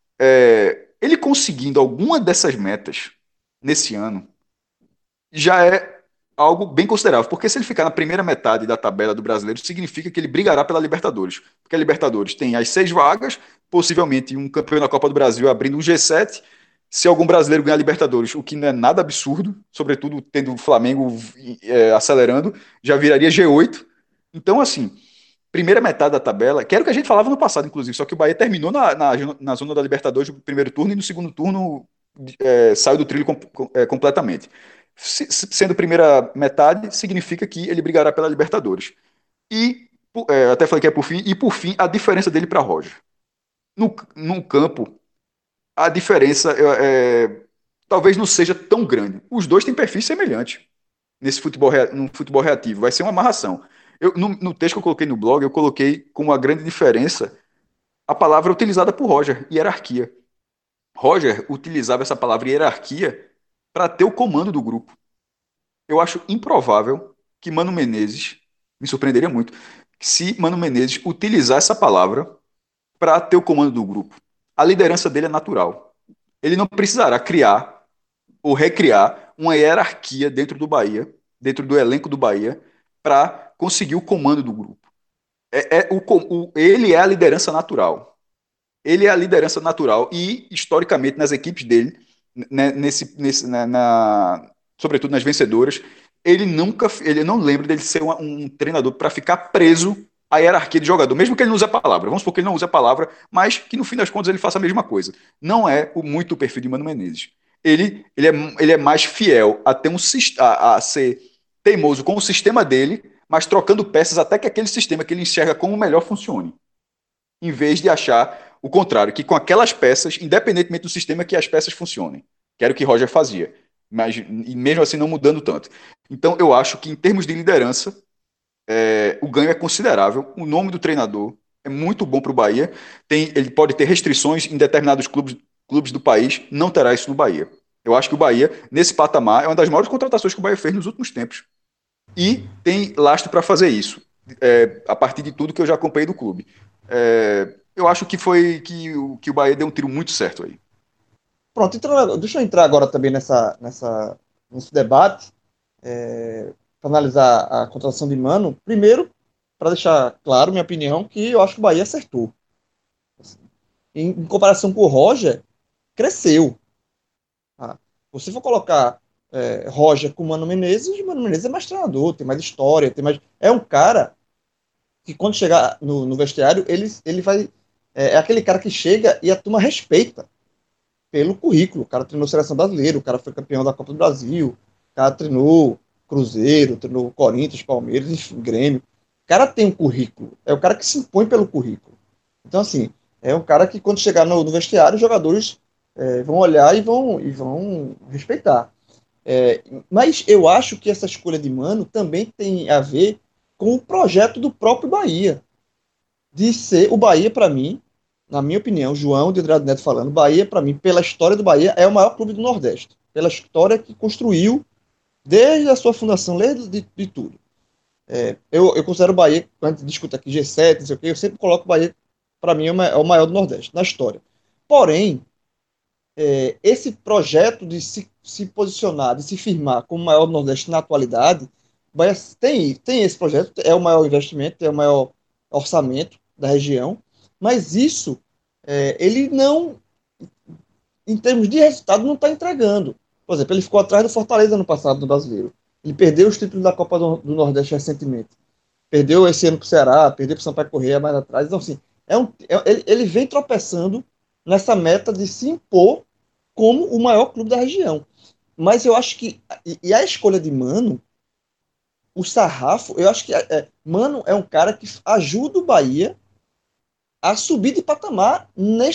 C: Ele conseguindo alguma dessas metas nesse ano, já é algo bem considerável, porque se ele ficar na primeira metade da tabela do brasileiro, significa que ele brigará pela Libertadores, porque a Libertadores tem as 6 vagas, possivelmente um campeão da Copa do Brasil abrindo um G7, se algum brasileiro ganhar a Libertadores, o que não é nada absurdo, sobretudo tendo o Flamengo acelerando, já viraria G8. Então, assim, primeira metade da tabela, que era o que a gente falava no passado, inclusive, só que o Bahia terminou na zona da Libertadores no primeiro turno e no segundo turno saiu do trilho completamente. Sendo primeira metade, significa que ele brigará pela Libertadores. E, até falei que é por fim, a diferença dele para Roger. No campo, a diferença talvez não seja tão grande. Os dois têm perfis semelhantes nesse no futebol reativo. Vai ser uma amarração. No texto que eu coloquei no blog, eu coloquei como uma grande diferença a palavra utilizada por Roger, hierarquia. Roger utilizava essa palavra hierarquia para ter o comando do grupo. Eu acho improvável que Mano Menezes, me surpreenderia muito, se Mano Menezes utilizar essa palavra para ter o comando do grupo. A liderança dele é natural. Ele não precisará criar ou recriar uma hierarquia dentro do Bahia, dentro do elenco do Bahia, para conseguir o comando do grupo. Ele é a liderança natural. Ele é a liderança natural e, historicamente, nas equipes dele, né, sobretudo nas vencedoras, ele não lembra dele ser um treinador para ficar preso à hierarquia de jogador, mesmo que ele não use a palavra. Vamos supor que ele não use a palavra, mas que no fim das contas ele faça a mesma coisa. Não é muito o perfil de Mano Menezes. Ele é mais fiel a ter a ser teimoso com o sistema dele, mas trocando peças até que aquele sistema que ele enxerga como melhor funcione. Em vez de achar o contrário, que com aquelas peças, independentemente do sistema, que as peças funcionem. Que era o que Roger fazia. Mas, e mesmo assim não mudando tanto. Então eu acho que em termos de liderança, o ganho é considerável. O nome do treinador é muito bom para o Bahia. Ele pode ter restrições em determinados clubes do país, não terá isso no Bahia. Eu acho que o Bahia, nesse patamar, é uma das maiores contratações que o Bahia fez nos últimos tempos. E tem lastro para fazer isso, a partir de tudo que eu já acompanhei do clube. Eu acho que foi que o Bahia deu um tiro muito certo aí.
D: Pronto, então, deixa eu entrar agora também nesse debate, para analisar a contratação de Mano. Primeiro, para deixar claro minha opinião, que eu acho que o Bahia acertou. Assim, em comparação com o Roger, cresceu. Ah, você for colocar Roger com o Mano Menezes é mais treinador, tem mais história, é um cara que quando chegar no vestiário, ele vai... É aquele cara que chega e a turma respeita pelo currículo. O cara treinou Seleção Brasileira, o cara foi campeão da Copa do Brasil, o cara treinou Cruzeiro, treinou Corinthians, Palmeiras, enfim, Grêmio. O cara tem um currículo, é o cara que se impõe pelo currículo. Então, assim, é um cara que quando chegar no vestiário, os jogadores vão olhar e vão respeitar. Mas eu acho que essa escolha de Mano também tem a ver com o projeto do próprio Bahia. De ser o Bahia, para mim, na minha opinião, João de Andrade Neto falando, Bahia, para mim, pela história do Bahia, é o maior clube do Nordeste. Pela história que construiu desde a sua fundação, desde de tudo. Eu considero o Bahia, quando a gente discute aqui G7, não sei o quê, eu sempre coloco o Bahia, para mim, é o maior do Nordeste, na história. Porém, esse projeto de se posicionar, de se firmar como o maior do Nordeste na atualidade, o Bahia tem esse projeto, é o maior investimento, é o maior orçamento da região, mas isso, ele não, em termos de resultado, não está entregando. Por exemplo, ele ficou atrás do Fortaleza no passado, no Brasileiro. Ele perdeu os títulos da Copa do Nordeste recentemente. Perdeu esse ano para o Ceará, perdeu para o Sampaio Corrêa mais atrás. Então, assim, ele vem tropeçando nessa meta de se impor como o maior clube da região. Mas eu acho que. E a escolha de Mano, o Sarrafo, eu acho que Mano é um cara que ajuda o Bahia a subir de patamar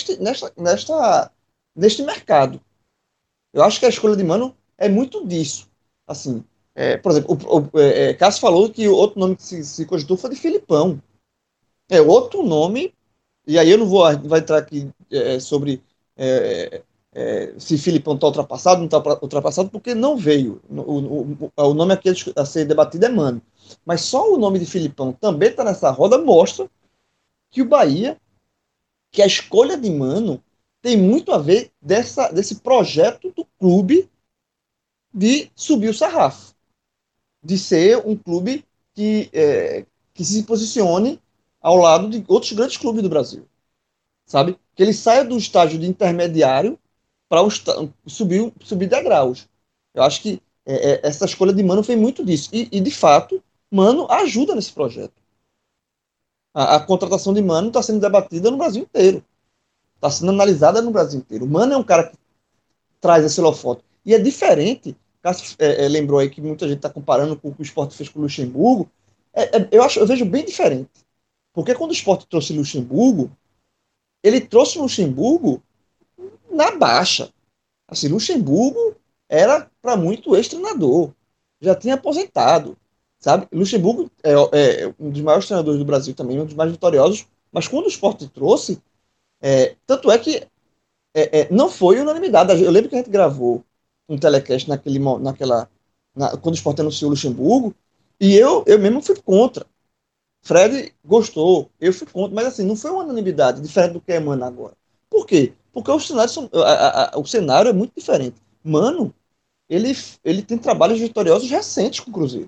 D: neste mercado. Eu acho que a escolha de Mano é muito disso. Assim, por exemplo, Cássio falou que o outro nome que se cogitou foi de Filipão. É outro nome, e aí eu não vou vai entrar aqui sobre se Filipão está ultrapassado, não está ultrapassado, porque não veio. O nome aqui a ser debatido é Mano. Mas só o nome de Filipão também está nessa roda, mostra que o Bahia, que a escolha de Mano tem muito a ver desse projeto do clube de subir o sarrafo, de ser um clube que se posicione ao lado de outros grandes clubes do Brasil, sabe? Que ele saia do estágio de intermediário para subir degraus. Eu acho que essa escolha de Mano foi muito disso. E, de fato, Mano ajuda nesse projeto. A contratação de Mano está sendo debatida no Brasil inteiro. Está sendo analisada no Brasil inteiro. Mano é um cara que traz esse holofote. E é diferente. Cássio lembrou aí que muita gente está comparando com o que o Sport fez com o Luxemburgo. Eu vejo bem diferente. Porque quando o Sport trouxe Luxemburgo, ele trouxe o Luxemburgo na baixa. Assim, Luxemburgo era, para muito, ex-treinador. Já tinha aposentado. Sabe? Luxemburgo é um dos maiores treinadores do Brasil também, um dos mais vitoriosos. Mas quando o Sport trouxe, tanto é que não foi unanimidade. Eu lembro que a gente gravou um telecast quando o Sport anunciou o Luxemburgo, e eu mesmo fui contra. Fred gostou, eu fui contra, mas assim, não foi uma unanimidade, diferente do que é Mano agora. Por quê? Porque o cenário é muito diferente. Mano, ele tem trabalhos vitoriosos recentes com o Cruzeiro.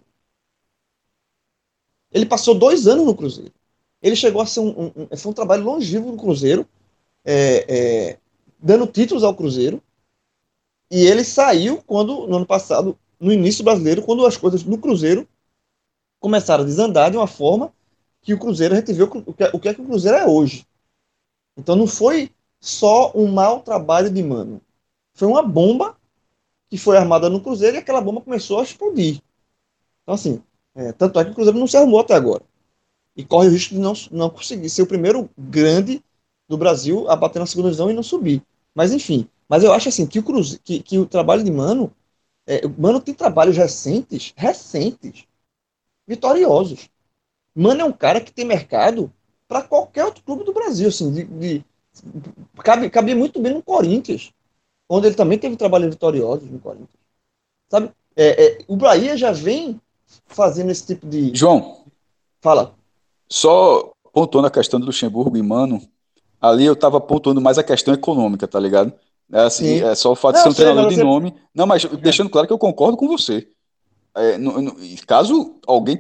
D: Ele passou 2 anos no Cruzeiro. Ele chegou a ser foi um trabalho longevo no Cruzeiro, dando títulos ao Cruzeiro. E ele saiu no ano passado, no início do brasileiro, quando as coisas no Cruzeiro começaram a desandar de uma forma que o Cruzeiro, a gente viu o que é que o Cruzeiro é hoje. Então não foi só um mau trabalho de Mano. Foi uma bomba que foi armada no Cruzeiro e aquela bomba começou a explodir. Então, assim, tanto é que o Cruzeiro não se arrumou até agora. E corre o risco de não conseguir ser o primeiro grande do Brasil a bater na segunda divisão e não subir. Mas, enfim. Mas eu acho assim que o trabalho de Mano. Mano tem trabalhos recentes, vitoriosos. Mano é um cara que tem mercado para qualquer outro clube do Brasil. Assim, cabia muito bem no Corinthians, onde ele também teve trabalhos vitoriosos no Corinthians. Sabe? O Bahia já vem fazendo esse tipo de.
C: João,
D: Fala.
C: só pontuando a questão do Luxemburgo e Mano, ali eu tava pontuando mais a questão econômica, tá ligado? É, assim,
D: Sim.
C: é só o fato de
D: Não,
C: ser
D: eu
C: um
D: sei, mas
C: treinador de
D: você.
C: nome. Não, mas deixando claro que eu concordo com você. Caso alguém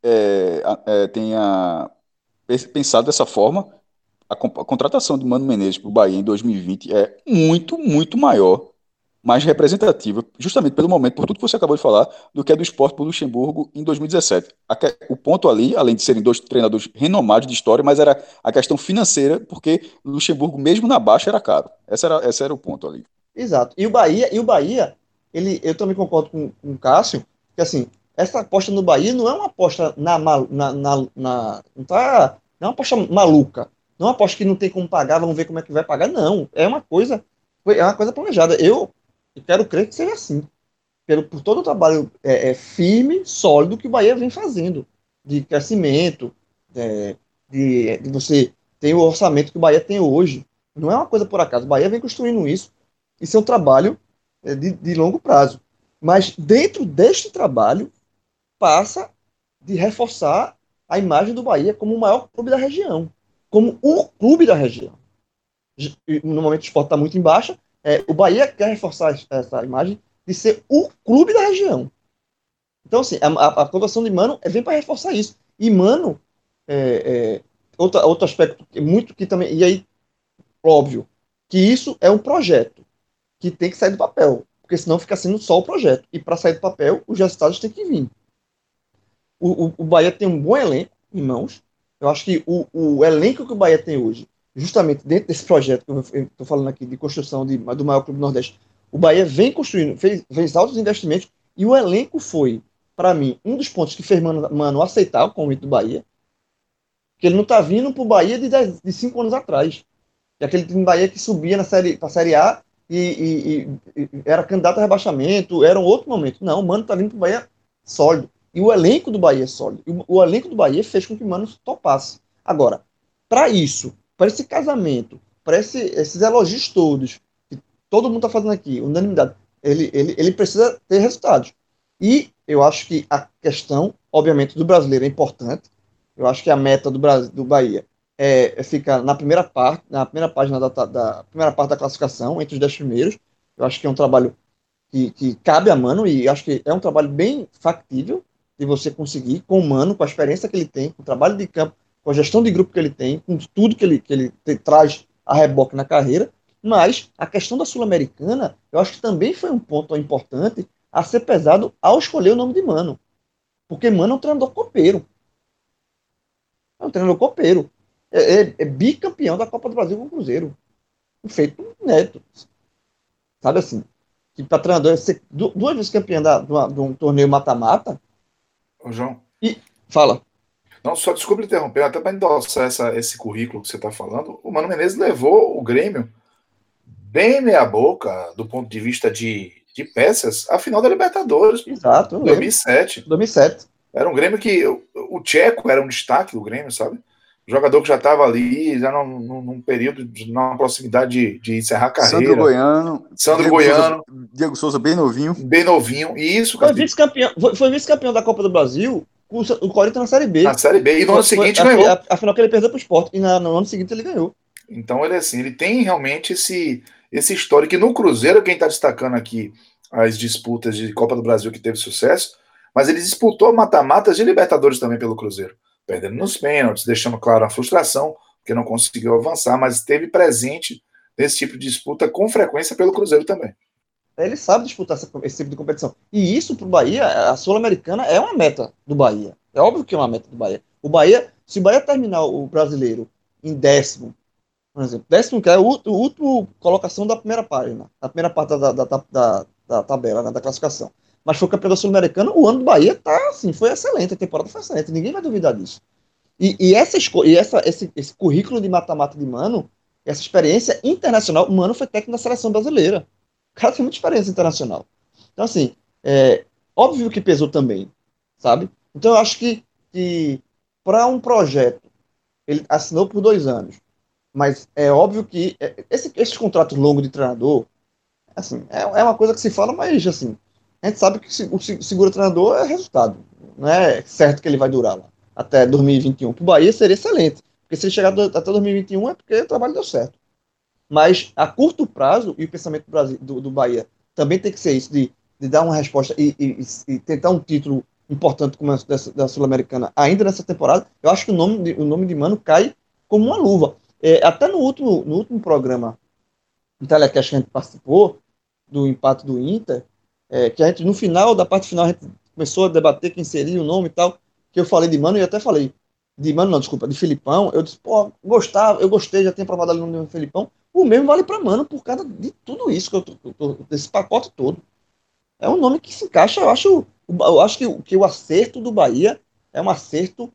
C: tenha pensado dessa forma, a contratação de Mano Menezes para o Bahia em 2020 é muito, muito maior, mais representativa, justamente pelo momento, por tudo que você acabou de falar, do que a do Sport por Luxemburgo em 2017. O ponto ali, além de serem dois treinadores renomados de história, mas era a questão financeira, porque Luxemburgo, mesmo na baixa, era caro. Esse era o ponto ali.
D: Exato. E o Bahia, eu também concordo com o Cássio, que assim, essa aposta no Bahia não é uma aposta não é uma aposta maluca. Não é uma aposta que não tem como pagar, vamos ver como é que vai pagar. Não. É uma coisa planejada. Eu quero crer que seja assim. Por todo o trabalho firme, sólido que o Bahia vem fazendo, de crescimento, é, de você ter o orçamento que o Bahia tem hoje. Não é uma coisa por acaso. O Bahia vem construindo isso. Isso é um trabalho de longo prazo. Mas dentro deste trabalho, passa de reforçar a imagem do Bahia como o maior clube da região. Como o clube da região. No momento o esporte está muito em baixa. O Bahia quer reforçar essa imagem de ser o clube da região. Então, assim, a contratação de Mano vem para reforçar isso. E Mano, outro aspecto muito que também. E aí, óbvio, que isso é um projeto que tem que sair do papel. porque senão fica sendo só o projeto. E para sair do papel, os resultados têm que vir. O Bahia tem um bom elenco em mãos. Eu acho que o elenco que o Bahia tem hoje, justamente dentro desse projeto que eu estou falando aqui, de construção do maior clube do Nordeste, o Bahia vem construindo, fez altos investimentos, e o elenco foi, para mim, um dos pontos que fez Mano aceitar o convite do Bahia, que ele não está vindo para o Bahia de 5 anos atrás. E aquele time do Bahia que subia para a Série A e era candidato a rebaixamento, era um outro momento. Não, o Mano está vindo para o Bahia sólido. E o elenco do Bahia é sólido. E o elenco do Bahia fez com que o Mano topasse. Agora, para isso, para esse casamento, para esses elogios todos, que todo mundo está fazendo aqui, unanimidade, ele precisa ter resultados. E eu acho que a questão, obviamente, do brasileiro é importante. Eu acho que a meta do Bahia fica na primeira página da primeira parte da classificação, entre os 10 primeiros. Eu acho que é um trabalho que cabe a Mano, e acho que é um trabalho bem factível de você conseguir com o Mano, com a experiência que ele tem, com o trabalho de campo, com a gestão de grupo que ele tem, com tudo que ele traz a reboque na carreira. Mas a questão da Sul-Americana, eu acho que também foi um ponto importante a ser pesado ao escolher o nome de Mano. Porque Mano é um treinador copeiro. É um treinador copeiro. É bicampeão da Copa do Brasil com o Cruzeiro. Um feito neto. Sabe assim? Que para treinador ser duas vezes campeão de um torneio mata-mata.
B: Ô, João.
D: E fala.
B: Não, só desculpa interromper, até para endossar esse currículo que você está falando, o Mano Menezes levou o Grêmio bem meia-boca, do ponto de vista de peças, à final da Libertadores.
D: Exato.
B: Em 2007.
D: 2007.
B: Era um Grêmio que o Tcheco era um destaque do Grêmio, sabe? O jogador que já estava ali, já num período, numa proximidade de encerrar a carreira.
C: Sandro Goiano. Diego Souza bem novinho.
B: Bem novinho. E isso,
D: foi vice-campeão da Copa do Brasil com o Corinthians na Série B.
B: Na Série B. E no ano seguinte ganhou.
D: A final que ele perdeu para o Sport. E no ano seguinte ele ganhou.
B: Então ele assim, ele tem realmente esse histórico. E no Cruzeiro, quem está destacando aqui as disputas de Copa do Brasil que teve sucesso, mas ele disputou mata-matas de Libertadores também pelo Cruzeiro, perdendo nos pênaltis, deixando claro a frustração, porque não conseguiu avançar, mas esteve presente nesse tipo de disputa com frequência pelo Cruzeiro também.
D: Ele sabe disputar esse tipo de competição. E isso para o Bahia, a Sul-Americana é uma meta do Bahia. É óbvio que é uma meta do Bahia. Se o Bahia terminar o brasileiro em 10º, por exemplo, 10º que é a última colocação da primeira página, a primeira parte da tabela, né, da classificação. Mas foi campeão da Sul-Americana, o ano do Bahia tá assim, foi excelente, a temporada foi excelente, ninguém vai duvidar disso. E esse currículo de mata-mata de Mano, essa experiência internacional, o Mano foi técnico da seleção brasileira. O cara tem muita experiência internacional. Então, assim, óbvio que pesou também, sabe? Então, eu acho que para um projeto, ele assinou por 2 anos, mas é óbvio que esses contratos longos de treinador, assim, é uma coisa que se fala, mas, assim, a gente sabe que o seguro-treinador é resultado. Não é certo que ele vai durar lá até 2021. Para o Bahia seria excelente, porque se ele chegar até 2021 é porque o trabalho deu certo. Mas a curto prazo, e o pensamento do Bahia também tem que ser isso, de dar uma resposta e tentar um título importante como da Sul-Americana ainda nessa temporada, eu acho que o nome de Mano cai como uma luva. Até no último programa do Telecast que a gente participou, do empate do Inter, que a gente, no final, da parte final, a gente começou a debater quem seria o nome e tal, que eu falei de Mano, e até falei, de Mano não, desculpa, de Filipão, eu disse, pô, eu gostei, já tinha provado ali o nome do Filipão, o mesmo vale para Mano, por causa de tudo isso, desse pacote todo. É um nome que se encaixa, eu acho que o acerto do Bahia é um acerto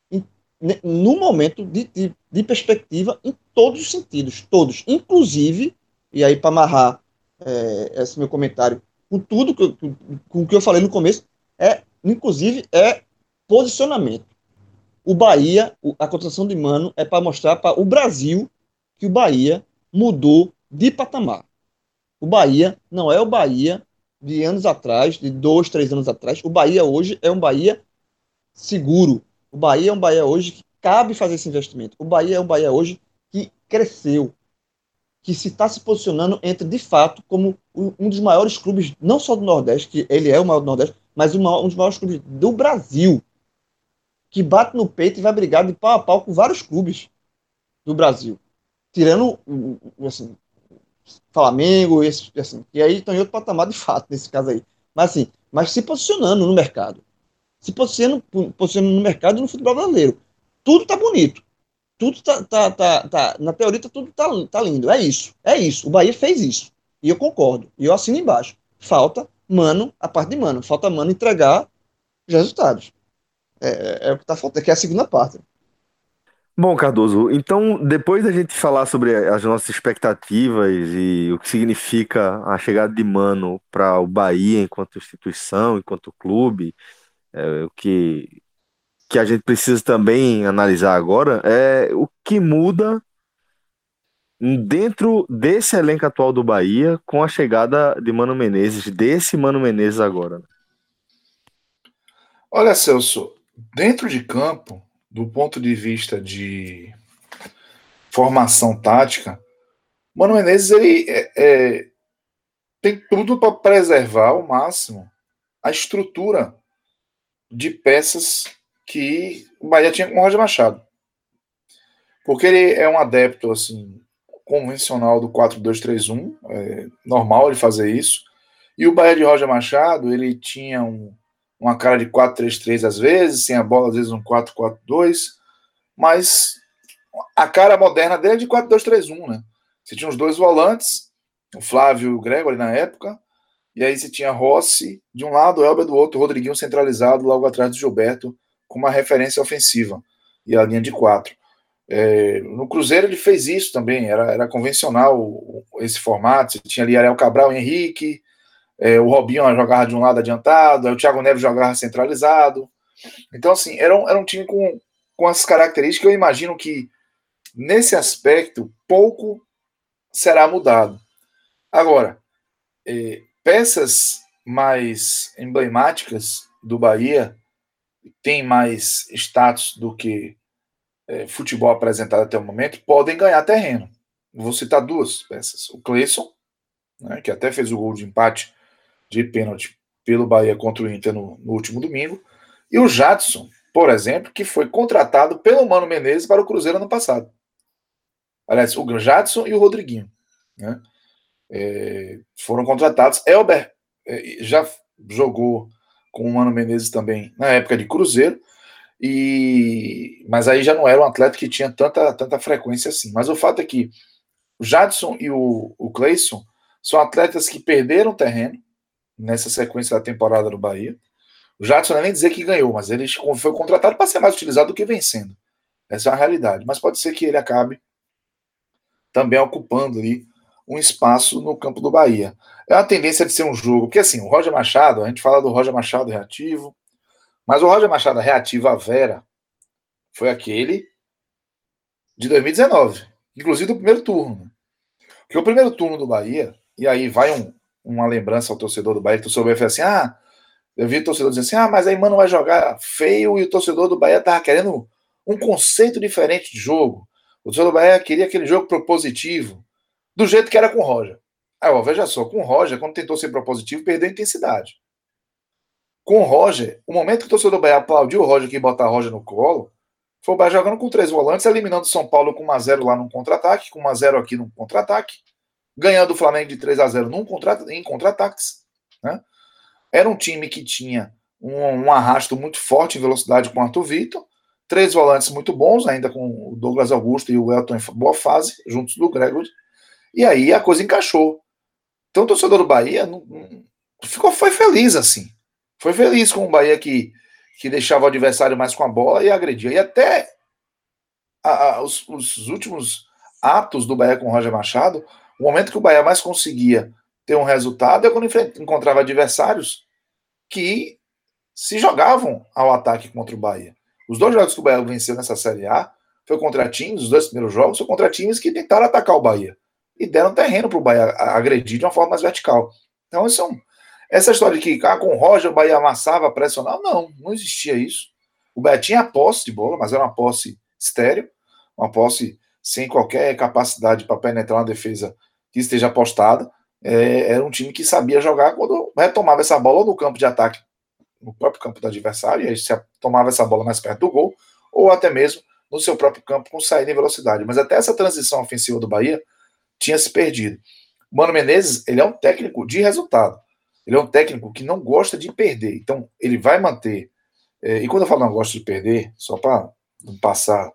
D: no momento de perspectiva em todos os sentidos, todos, inclusive, e aí para amarrar esse meu comentário com tudo com o que eu falei no começo, inclusive posicionamento. O Bahia, a contratação de Mano é para mostrar para o Brasil que o Bahia mudou de patamar. O Bahia não é o Bahia de anos atrás, de 2, 3 anos atrás. O Bahia hoje é um Bahia seguro. O Bahia é um Bahia hoje que cabe fazer esse investimento. O Bahia é um Bahia hoje que cresceu, que se está se posicionando entre, de fato, como um dos maiores clubes, não só do Nordeste, que ele é o maior do Nordeste, mas um dos maiores clubes do Brasil, que bate no peito e vai brigar de pau a pau com vários clubes do Brasil. Tirando, assim, Flamengo, esse, assim, e aí estão em outro patamar de fato, nesse caso aí. Mas assim, mas se posicionando no mercado. Se posicionando no mercado e no futebol brasileiro. Tudo tá bonito. Tudo tá na teoria tudo tá lindo. É isso. É isso. O Bahia fez isso. E eu concordo. E eu assino embaixo. Falta, mano, a parte de mano. Falta, mano, entregar os resultados. É o que tá faltando, que é a segunda parte.
A: Bom, Cardoso, então depois da gente falar sobre as nossas expectativas e o que significa a chegada de Mano para o Bahia enquanto instituição, enquanto clube, o que a gente precisa também analisar agora é o que muda dentro desse elenco atual do Bahia com a chegada de Mano Menezes, desse Mano Menezes agora, né?
B: Olha, Celso, dentro de campo, do ponto de vista de formação tática, Mano Menezes ele tem tudo para preservar ao máximo a estrutura de peças que o Bahia tinha com o Roger Machado. Porque ele é um adepto assim convencional do 4-2-3-1, normal ele fazer isso. E o Bahia de Roger Machado, ele tinha uma cara de 4-3-3 às vezes, sem a bola, às vezes um 4-4-2, mas a cara moderna dele é de 4-2-3-1, né? Você tinha os dois volantes, o Flávio e o Gregory na época, e aí você tinha Rossi de um lado, o Elber do outro, o Rodriguinho centralizado logo atrás do Gilberto, com uma referência ofensiva, e a linha de 4. No Cruzeiro ele fez isso também, era convencional esse formato, você tinha ali Ariel Cabral e Henrique, o Robinho jogava de um lado adiantado, aí o Thiago Neves jogava centralizado. Então, assim, era um time com essas características. Eu imagino que, nesse aspecto, pouco será mudado. Agora, peças mais emblemáticas do Bahia têm mais status do que futebol apresentado até o momento, podem ganhar terreno. Vou citar duas peças. O Cleison, né, que até fez o gol de empate de pênalti pelo Bahia contra o Inter no último domingo, e o Jadson, por exemplo, que foi contratado pelo Mano Menezes para o Cruzeiro ano passado. Aliás, o Jadson e o Rodriguinho, né? Foram contratados. Elber já jogou com o Mano Menezes também na época de Cruzeiro, mas aí já não era um atleta que tinha tanta frequência assim. Mas o fato é que o Jadson e o Cleison são atletas que perderam terreno nessa sequência da temporada do Bahia. O Jadson não é nem dizer que ganhou, mas ele foi contratado para ser mais utilizado do que vencendo. Essa é a realidade. Mas pode ser que ele acabe também ocupando ali um espaço no campo do Bahia. É uma tendência de ser um jogo, porque assim, o Roger Machado, a gente fala do Roger Machado reativo, mas o Roger Machado reativo à Vera foi aquele de 2019, inclusive do primeiro turno. Porque o primeiro turno do Bahia, e aí vai uma lembrança ao torcedor do Bahia, que o torcedor vai falar assim, eu vi o torcedor dizendo assim, mas aí Mano vai jogar feio, e o torcedor do Bahia tava querendo um conceito diferente de jogo. O torcedor do Bahia queria aquele jogo propositivo, do jeito que era com o Roger. Aí, veja só, com o Roger, quando tentou ser propositivo, perdeu a intensidade. Com o Roger, o momento que o torcedor do Bahia aplaudiu o Roger, que botar o Roger no colo, foi o Bahia jogando com 3 volantes, eliminando o São Paulo com 1-0 lá num contra-ataque, com 1-0 aqui num contra-ataque, ganhando o Flamengo de 3-0 em contra-ataques, né? Era um time que tinha um arrasto muito forte em velocidade com o Arthur Vitor, 3 volantes muito bons, ainda com o Douglas Augusto e o Elton em boa fase, juntos do Gregory, e aí a coisa encaixou. Então o torcedor do Bahia foi feliz assim. Foi feliz com o Bahia que deixava o adversário mais com a bola e agredia. E até os últimos atos do Bahia com o Roger Machado, o momento que o Bahia mais conseguia ter um resultado é quando encontrava adversários que se jogavam ao ataque contra o Bahia. Os 2 jogos que o Bahia venceu nessa Série A foi contra times, os 2 primeiros jogos foi contra times que tentaram atacar o Bahia e deram terreno para o Bahia agredir de uma forma mais vertical. Então, essa história de que com o Roger o Bahia amassava, pressionava, não existia isso. O Bahia tinha a posse de bola, mas era uma posse estéreo, uma posse sem qualquer capacidade para penetrar uma defesa que esteja apostada. Era um time que sabia jogar quando retomava essa bola no campo de ataque, no próprio campo do adversário, e aí se tomava essa bola mais perto do gol, ou até mesmo no seu próprio campo com saída em velocidade. Mas até essa transição ofensiva do Bahia tinha se perdido. O Mano Menezes, ele é um técnico de resultado. Ele é um técnico que não gosta de perder. Então, ele vai manter. E quando eu falo não gosta de perder, só para não passar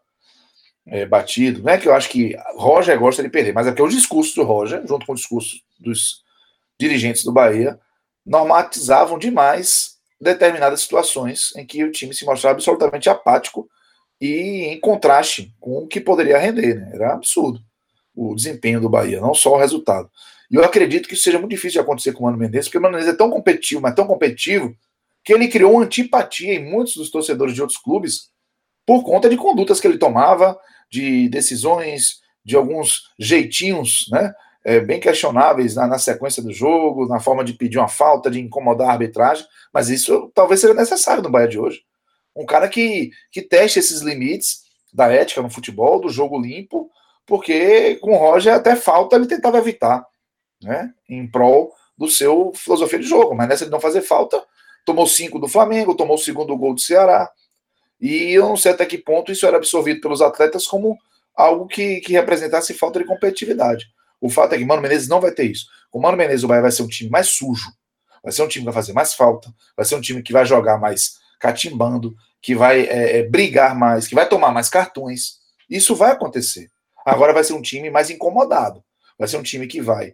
B: batido, não é que eu acho que Roger gosta de perder, mas é porque o discurso do Roger, junto com o discurso dos dirigentes do Bahia, normatizavam demais determinadas situações em que o time se mostrava absolutamente apático e em contraste com o que poderia render. Né? Era absurdo o desempenho do Bahia, não só o resultado. E eu acredito que isso seja muito difícil de acontecer com o Mano Menezes, porque o Mano Menezes é tão competitivo, mas tão competitivo, que ele criou uma antipatia em muitos dos torcedores de outros clubes por conta de condutas que ele tomava, de decisões, de alguns jeitinhos, né, bem questionáveis na sequência do jogo, na forma de pedir uma falta, de incomodar a arbitragem, mas isso talvez seja necessário no Bahia de hoje. Um cara que teste esses limites da ética no futebol, do jogo limpo, porque com o Roger até falta ele tentava evitar, né, em prol do seu filosofia de jogo, mas nessa de não fazer falta, tomou 5 do Flamengo, tomou o segundo gol do Ceará, e eu não sei até que ponto isso era absorvido pelos atletas como algo que representasse falta de competitividade. O fato é que Mano Menezes não vai ter isso. Com o Mano Menezes, o Bahia vai ser um time mais sujo, vai ser um time que vai fazer mais falta, vai ser um time que vai jogar mais catimbando, que vai brigar mais, que vai tomar mais cartões. Isso vai acontecer. Agora vai ser um time mais incomodado. Vai ser um time que vai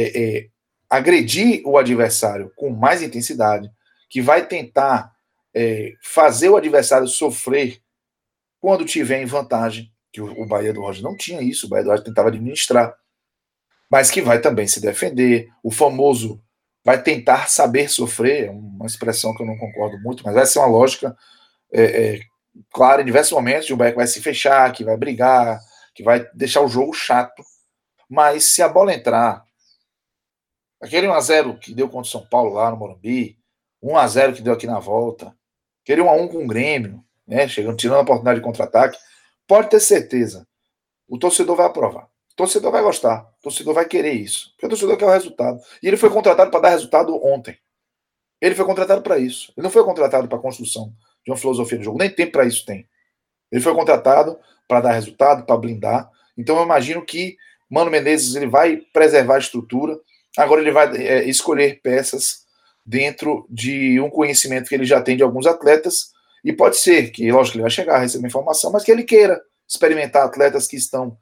B: agredir o adversário com mais intensidade, que vai tentar fazer o adversário sofrer quando tiver em vantagem, que o Bahia do Roger não tinha isso, o Bahia do Roger tentava administrar, mas que vai também se defender, o famoso vai tentar saber sofrer, é uma expressão que eu não concordo muito, mas vai ser uma lógica clara em diversos momentos, de um Bahia que vai se fechar, que vai brigar, que vai deixar o jogo chato, mas se a bola entrar, aquele 1x0 que deu contra o São Paulo lá no Morumbi, 1x0 que deu aqui na volta, aquele 1x1 com o Grêmio, né, chegando, tirando a oportunidade de contra-ataque, pode ter certeza, o torcedor vai aprovar. O torcedor vai gostar, o torcedor vai querer isso, porque o torcedor quer o resultado. E ele foi contratado para dar resultado ontem. Ele foi contratado para isso. Ele não foi contratado para a construção de uma filosofia de jogo, nem tempo para isso tem. Ele foi contratado para dar resultado, para blindar. Então eu imagino que Mano Menezes ele vai preservar a estrutura, agora ele vai escolher peças dentro de um conhecimento que ele já tem de alguns atletas, e pode ser que, lógico, ele vai chegar a receber informação, mas que ele queira experimentar atletas que estão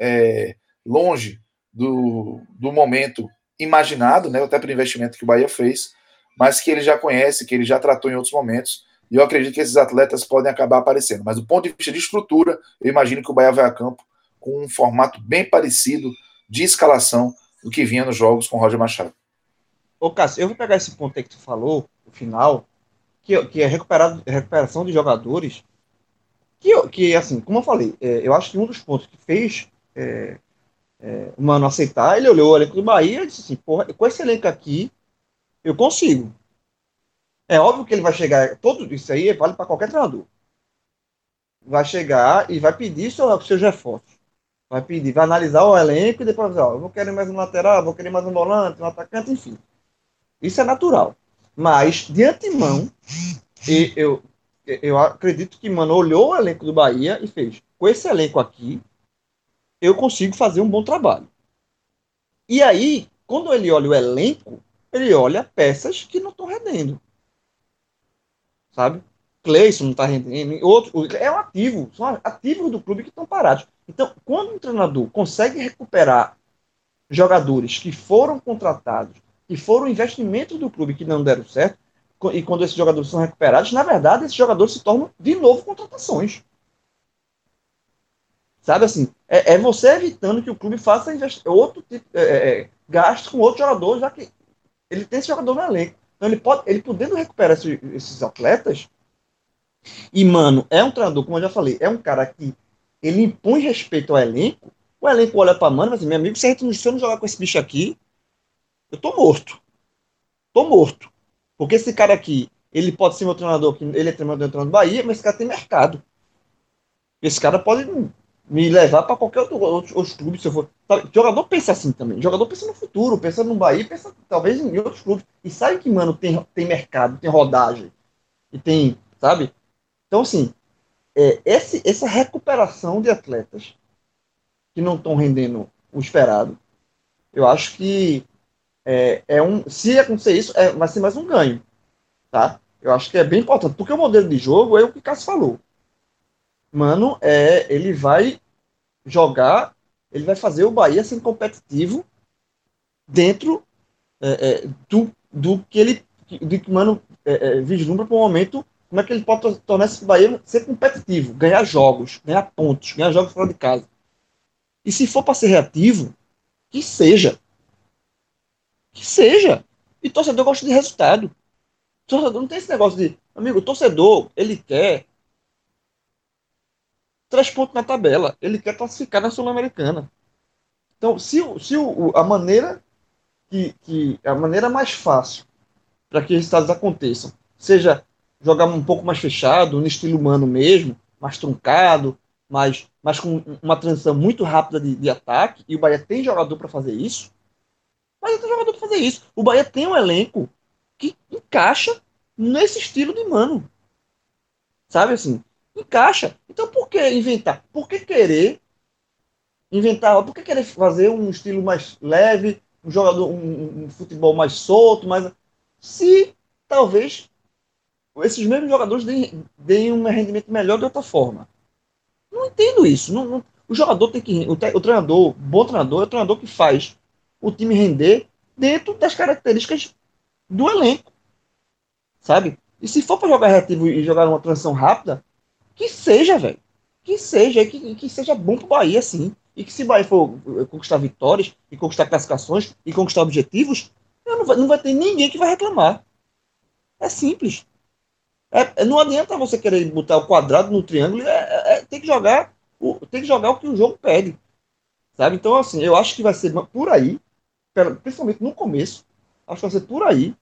B: longe do momento imaginado, né, até pelo investimento que o Bahia fez, mas que ele já conhece, que ele já tratou em outros momentos, e eu acredito que esses atletas podem acabar aparecendo. Mas do ponto de vista de estrutura, eu imagino que o Bahia vai a campo com um formato bem parecido de escalação do que vinha nos jogos com o Roger Machado.
D: Ô, Cássio, eu vou pegar esse ponto aí que tu falou, no final, que é recuperação de jogadores, que assim, como eu falei, eu acho que um dos pontos que fez o Mano aceitar, ele olhou o elenco do Bahia e disse assim, porra, com esse elenco aqui, eu consigo. É óbvio que ele vai chegar, tudo isso aí vale para qualquer treinador. Vai chegar e vai pedir seus reforços. Vai pedir, vai analisar o elenco e depois vai dizer, ó, eu vou querer mais um lateral, vou querer mais um volante, um atacante, enfim. Isso é natural. Mas, de antemão, eu acredito que Mano olhou o elenco do Bahia e fez, com esse elenco aqui, eu consigo fazer um bom trabalho. E aí, quando ele olha o elenco, ele olha peças que não estão rendendo. Sabe? Cleison não está rendendo, outro, é um ativo, são ativos do clube que estão parados. Então, quando um treinador consegue recuperar jogadores que foram contratados, que foram investimentos do clube que não deram certo, e quando esses jogadores são recuperados, na verdade, esses jogadores se tornam de novo contratações. Sabe assim, é você evitando que o clube faça outro tipo, gasto com outro jogador, já que ele tem esse jogador no elenco. Então ele podendo recuperar esses atletas, e Mano, é um treinador, como eu já falei, é um cara que ele impõe respeito ao elenco, o elenco olha pra Mano e fala assim, meu amigo, se eu não jogar com esse bicho aqui, eu tô morto. Tô morto. Porque esse cara aqui, ele pode ser meu treinador, ele é treinador do Bahia, mas esse cara tem mercado. Esse cara pode me levar para qualquer outro clube, se eu for. Sabe? O jogador pensa assim também. O jogador pensa no futuro, pensa no Bahia, pensa talvez em outros clubes. E sabe que, mano, tem mercado, tem rodagem. E tem, sabe? Então, assim, essa recuperação de atletas que não estão rendendo o esperado, Eu acho que se acontecer isso, vai ser mais um ganho, tá? Eu acho que é bem importante, porque o modelo de jogo é o que o Cássio falou. Mano, ele vai jogar, ele vai fazer o Bahia ser competitivo dentro do que ele do que o Mano vislumbra para o momento, como é que ele pode tornar esse Bahia ser competitivo, ganhar jogos, ganhar pontos, ganhar jogos fora de casa. E se for para ser reativo, que seja. Que seja. E torcedor gosta de resultado. Torcedor não tem esse negócio de, amigo, o torcedor, ele quer 3 pontos na tabela, ele quer classificar na Sul-Americana. Então, se a maneira a maneira mais fácil para que os resultados aconteçam seja jogar um pouco mais fechado, no estilo humano mesmo, mais truncado, mas com uma transição muito rápida de ataque, e o Bahia tem jogador para fazer isso, mas tem jogador para fazer isso. O Bahia tem um elenco que encaixa nesse estilo de Mano. Sabe assim? Encaixa. Então por que inventar? Por que querer inventar? Por que querer fazer um estilo mais leve, um jogador, um futebol mais solto, mas se talvez esses mesmos jogadores deem um rendimento melhor de outra forma. Não entendo isso. O jogador tem que. O treinador, bom treinador, é o treinador que faz o time render dentro das características do elenco, sabe? E se for para jogar reativo e jogar uma transição rápida, que seja, velho. Que seja, que seja bom pro Bahia, sim. E que se o Bahia for conquistar vitórias, e conquistar classificações, e conquistar objetivos, não vai ter ninguém que vai reclamar. É simples. Não adianta você querer botar o quadrado no triângulo, tem que jogar o que o jogo pede. Sabe? Então, assim, eu acho que vai ser por aí, principalmente no começo, acho que vai ser por aí.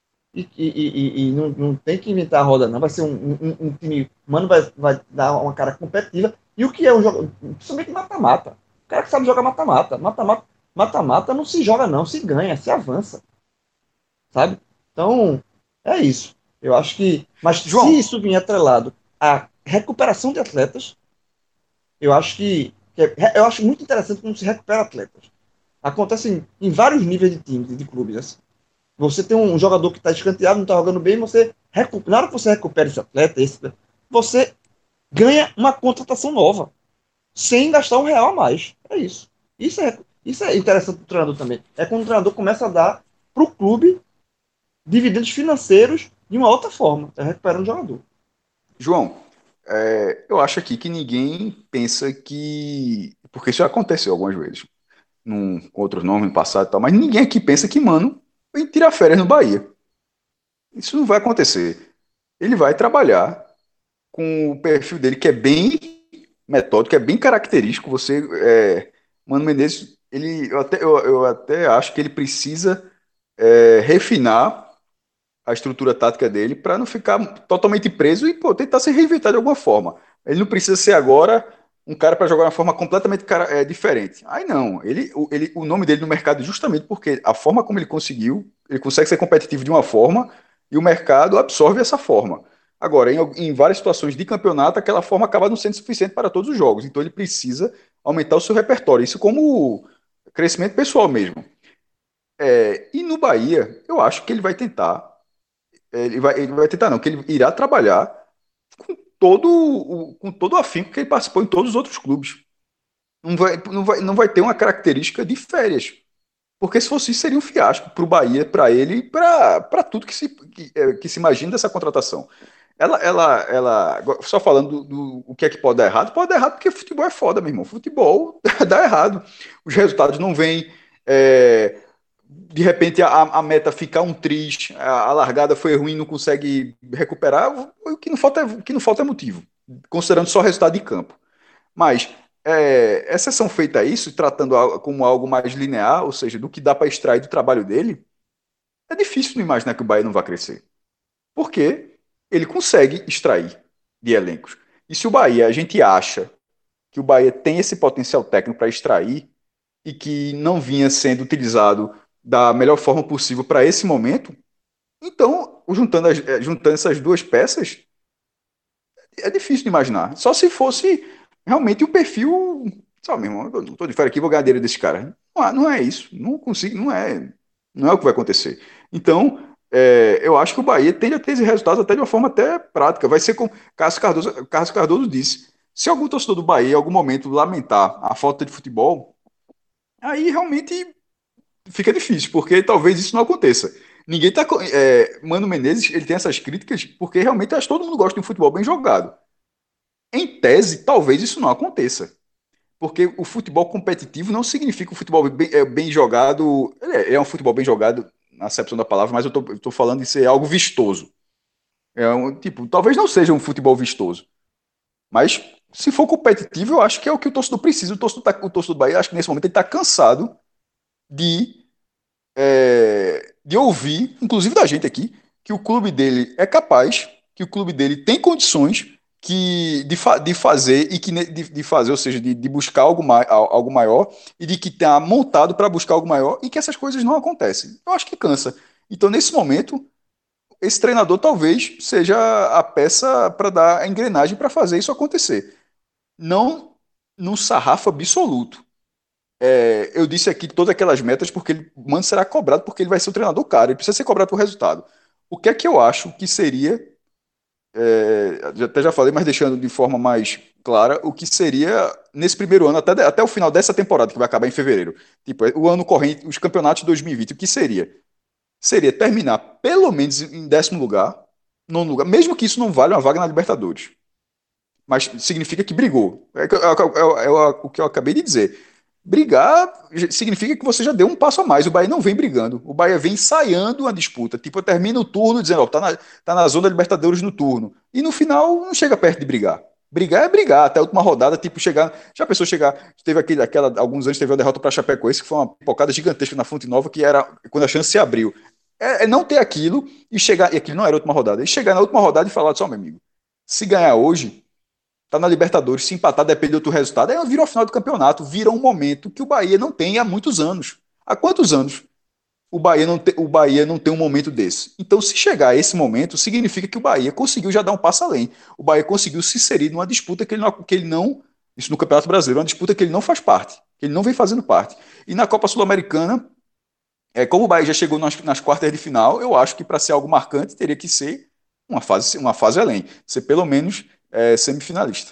D: E não tem que inventar a roda, não. Vai ser um time. Mano, vai dar uma cara competitiva. E o que é um jogo. Principalmente mata-mata. O cara que sabe jogar mata-mata. Mata-mata não se joga, não. Se ganha, se avança. Sabe? Então, é isso. Eu acho que. Mas se
C: João,
D: isso vier atrelado à recuperação de atletas, eu acho eu acho muito interessante como se recupera atletas. Acontece em vários níveis de times, de clubes. Assim. Você tem um jogador que está escanteado, não está jogando bem, na hora que você recupera esse atleta, você ganha uma contratação nova, sem gastar R$ 1 a mais. É isso. Isso é interessante para o treinador também. É quando o treinador começa a dar para o clube dividendos financeiros de uma outra forma, recuperando o jogador.
C: João, eu acho aqui que ninguém pensa que. Porque isso já aconteceu algumas vezes, com outros nomes no passado e tal, mas ninguém aqui pensa que Mano vai tirar férias no Bahia. Isso não vai acontecer. Ele vai trabalhar com o perfil dele, que é bem metódico, é bem característico. Mano Menezes, eu até acho que ele precisa refinar a estrutura tática dele para não ficar totalmente preso e pô, tentar se reinventar de alguma forma. Ele não precisa ser agora um cara para jogar de uma forma completamente diferente. Aí não, o nome dele no mercado é justamente porque a forma como ele conseguiu, ele consegue ser competitivo de uma forma e o mercado absorve essa forma. Agora, em várias situações de campeonato, aquela forma acaba não sendo suficiente para todos os jogos. Então ele precisa aumentar o seu repertório. Isso como crescimento pessoal mesmo. E no Bahia, eu acho que ele vai tentar ele vai tentar, não, que ele irá trabalhar com todo o afinco que ele participou em todos os outros clubes. Não vai ter uma característica de férias. Porque se fosse isso, seria um fiasco para o Bahia, para ele e para tudo que se imagina dessa contratação. Só falando do o que é que pode dar errado porque futebol é foda, meu irmão. Futebol dá errado. Os resultados não vêm. De repente a meta fica um triz, a largada foi ruim, não consegue recuperar, o que não falta é motivo, considerando só o resultado de campo. Mas, exceção feita a isso, tratando como algo mais linear, ou seja, do que dá para extrair do trabalho dele, é difícil não imaginar que o Bahia não vai crescer. Porque ele consegue extrair de elencos. E se o Bahia, a gente acha que o Bahia tem esse potencial técnico para extrair, e que não vinha sendo utilizado da melhor forma possível para esse momento, então, juntando essas duas peças, é difícil de imaginar. Só se fosse realmente o perfil. Sabe, meu irmão, eu tô de fora aqui, vou ganhar dinheiro desse cara. Não é isso. Não consigo, não é o que vai acontecer. Então, eu acho que o Bahia tende a ter esse resultado até de uma forma até prática. Vai ser como Carlos Cardoso disse. Se algum torcedor do Bahia, em algum momento, lamentar a falta de futebol, aí realmente fica difícil, porque talvez isso não aconteça. Ninguém tá. Mano Menezes, ele tem essas críticas porque realmente acho que todo mundo gosta de um futebol bem jogado. Em tese, talvez isso não aconteça. Porque o futebol competitivo não significa o futebol bem jogado. É um futebol bem jogado, na acepção da palavra, mas eu tô falando de ser algo vistoso. Tipo, talvez não seja um futebol vistoso. Mas se for competitivo, eu acho que é o que o torcedor precisa. O torcedor do Bahia, acho que nesse momento ele está cansado de, de ouvir, inclusive da gente aqui, que o clube dele é capaz, que o clube dele tem condições de fazer de fazer, ou seja, de buscar algo maior e de que está montado para buscar algo maior e que essas coisas não acontecem. Eu acho que cansa. Então, nesse momento, esse treinador talvez seja a peça para dar a engrenagem para fazer isso acontecer. Não num sarrafo absoluto. Eu disse aqui todas aquelas metas porque ele, Mano, será cobrado porque ele vai ser o treinador caro, ele precisa ser cobrado por resultado. O que é que eu acho que seria, até já falei, mas deixando de forma mais clara, o que seria nesse primeiro ano, até o final dessa temporada, que vai acabar em fevereiro. Tipo, o ano corrente, os campeonatos de 2020, o que seria? Seria terminar pelo menos em 10º lugar, nono lugar, mesmo que isso não valha uma vaga na Libertadores. Mas significa que brigou. O que eu acabei de dizer. Brigar significa que você já deu um passo a mais. O Bahia não vem brigando. O Bahia vem ensaiando uma disputa. Tipo, termina o turno dizendo, ó, tá na zona da Libertadores no turno. E no final não chega perto de brigar. Brigar é brigar, até a última rodada, tipo, chegar. Já pensou chegar. Teve alguns anos teve uma derrota para Chapecoense, que foi uma pipocada gigantesca na Fonte Nova, que era quando a chance se abriu. É não ter aquilo e chegar. E aquilo não era a última rodada. E chegar na última rodada e falar só, meu amigo, se ganhar hoje, tá na Libertadores, se empatar, depende do outro resultado, aí vira a final do campeonato, vira um momento que o Bahia não tem há muitos anos. Há quantos anos o Bahia não tem um momento desse? Então, se chegar a esse momento, significa que o Bahia conseguiu já dar um passo além. O Bahia conseguiu se inserir numa disputa que ele não, isso no Campeonato Brasileiro, uma disputa que ele não faz parte, que ele não vem fazendo parte. E na Copa Sul-Americana, como o Bahia já chegou nas quartas de final, eu acho que para ser algo marcante teria que ser uma fase além, ser pelo menos semifinalista.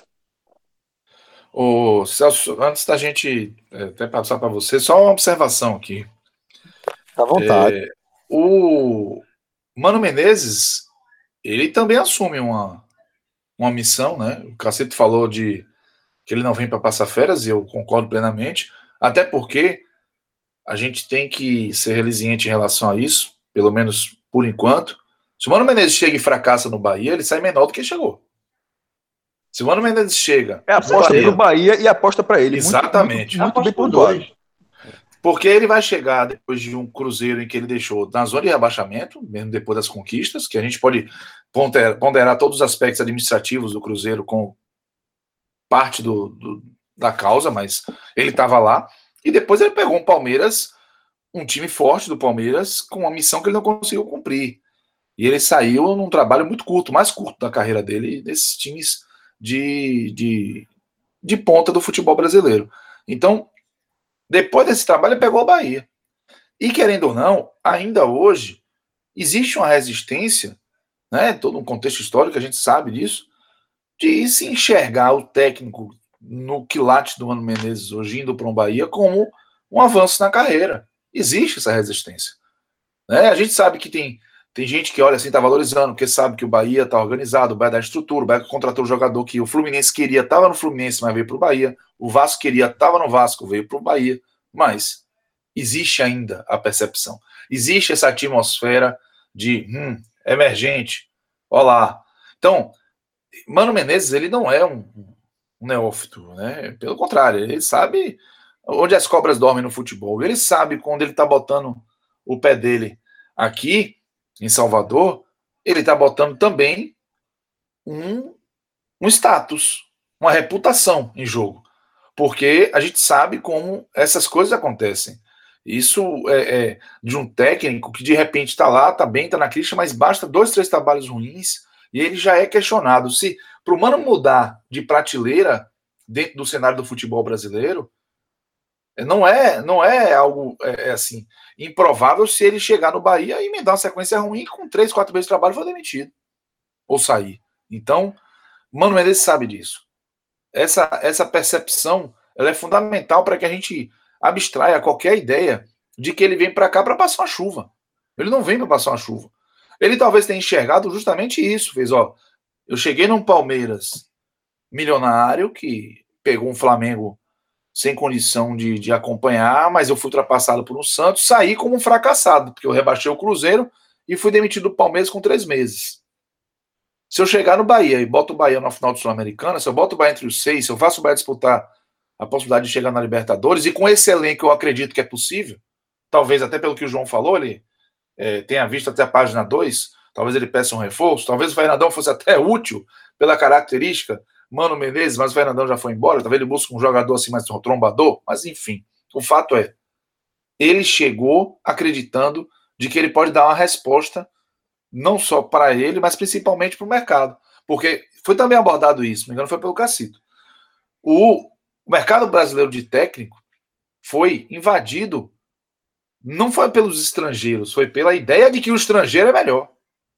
B: Ô, Celso, antes da gente até passar para você, só uma observação aqui.
A: Tá à vontade.
B: O Mano Menezes, ele também assume uma missão, né? O Cacete falou de que ele não vem para passar férias, e eu concordo plenamente, até porque a gente tem que ser resiliente em relação a isso, pelo menos por enquanto. Se o Mano Menezes chega e fracassa no Bahia, ele sai menor do que chegou. Se o Mano Menezes chega...
C: É aposta para o Bahia e aposta para ele.
B: Exatamente.
C: Muito bem pontuado.
B: Porque ele vai chegar depois de um Cruzeiro em que ele deixou na zona de rebaixamento, mesmo depois das conquistas, que a gente pode ponderar todos os aspectos administrativos do Cruzeiro com parte da causa, mas ele estava lá. E depois ele pegou um Palmeiras, um time forte do Palmeiras, com uma missão que ele não conseguiu cumprir. E ele saiu num trabalho muito curto, mais curto da carreira dele, desses times de ponta do futebol brasileiro. Então, depois desse trabalho, ele pegou o Bahia. E, querendo ou não, ainda hoje, existe uma resistência, né, todo um contexto histórico, a gente sabe disso, de se enxergar o técnico no quilate do Mano Menezes hoje indo para um Bahia como um avanço na carreira. Existe essa resistência. Né? A gente sabe que tem gente que olha assim, está valorizando, porque sabe que o Bahia está organizado, o Bahia dá estrutura, o Bahia contratou um jogador que o Fluminense queria, estava no Fluminense, mas veio para o Bahia. O Vasco queria, estava no Vasco, veio para o Bahia. Mas existe ainda a percepção. Existe essa atmosfera de emergente. Olha lá. Então, Mano Menezes, ele não é um neófito, né? Pelo contrário, ele sabe onde as cobras dormem no futebol. Ele sabe quando ele está botando o pé dele aqui, em Salvador, ele está botando também um status, uma reputação em jogo. Porque a gente sabe como essas coisas acontecem. Isso é de um técnico que de repente está lá, está bem, está na crítica, mas basta 2, 3 trabalhos ruins e ele já é questionado. Se para o Mano mudar de prateleira dentro do cenário do futebol brasileiro, Não é algo assim, improvável se ele chegar no Bahia e me dar uma sequência ruim com 3, 4 meses de trabalho foi demitido. Ou sair. Então, Mano Menezes sabe disso. Essa percepção ela é fundamental para que a gente abstraia qualquer ideia de que ele vem para cá para passar uma chuva. Ele não vem para passar uma chuva. Ele talvez tenha enxergado justamente isso. Fez, eu cheguei num Palmeiras milionário que pegou um Flamengo sem condição de acompanhar, mas eu fui ultrapassado por um Santos, saí como um fracassado, porque eu rebaixei o Cruzeiro e fui demitido do Palmeiras com 3 meses. Se eu chegar no Bahia e boto o Bahia na final do Sul-Americana, se eu boto o Bahia entre os 6, se eu faço o Bahia disputar a possibilidade de chegar na Libertadores, e com esse elenco eu acredito que é possível, talvez até pelo que o João falou, ele tenha visto até a página 2, talvez ele peça um reforço, talvez o Fernandão fosse até útil pela característica, Mano Menezes, mas o Fernandão já foi embora, talvez ele busque um jogador assim mais trombador, mas enfim, o fato é, ele chegou acreditando de que ele pode dar uma resposta não só para ele, mas principalmente para o mercado, porque foi também abordado isso, me engano foi pelo Cacito. O mercado brasileiro de técnico foi invadido, não foi pelos estrangeiros, foi pela ideia de que o estrangeiro é melhor.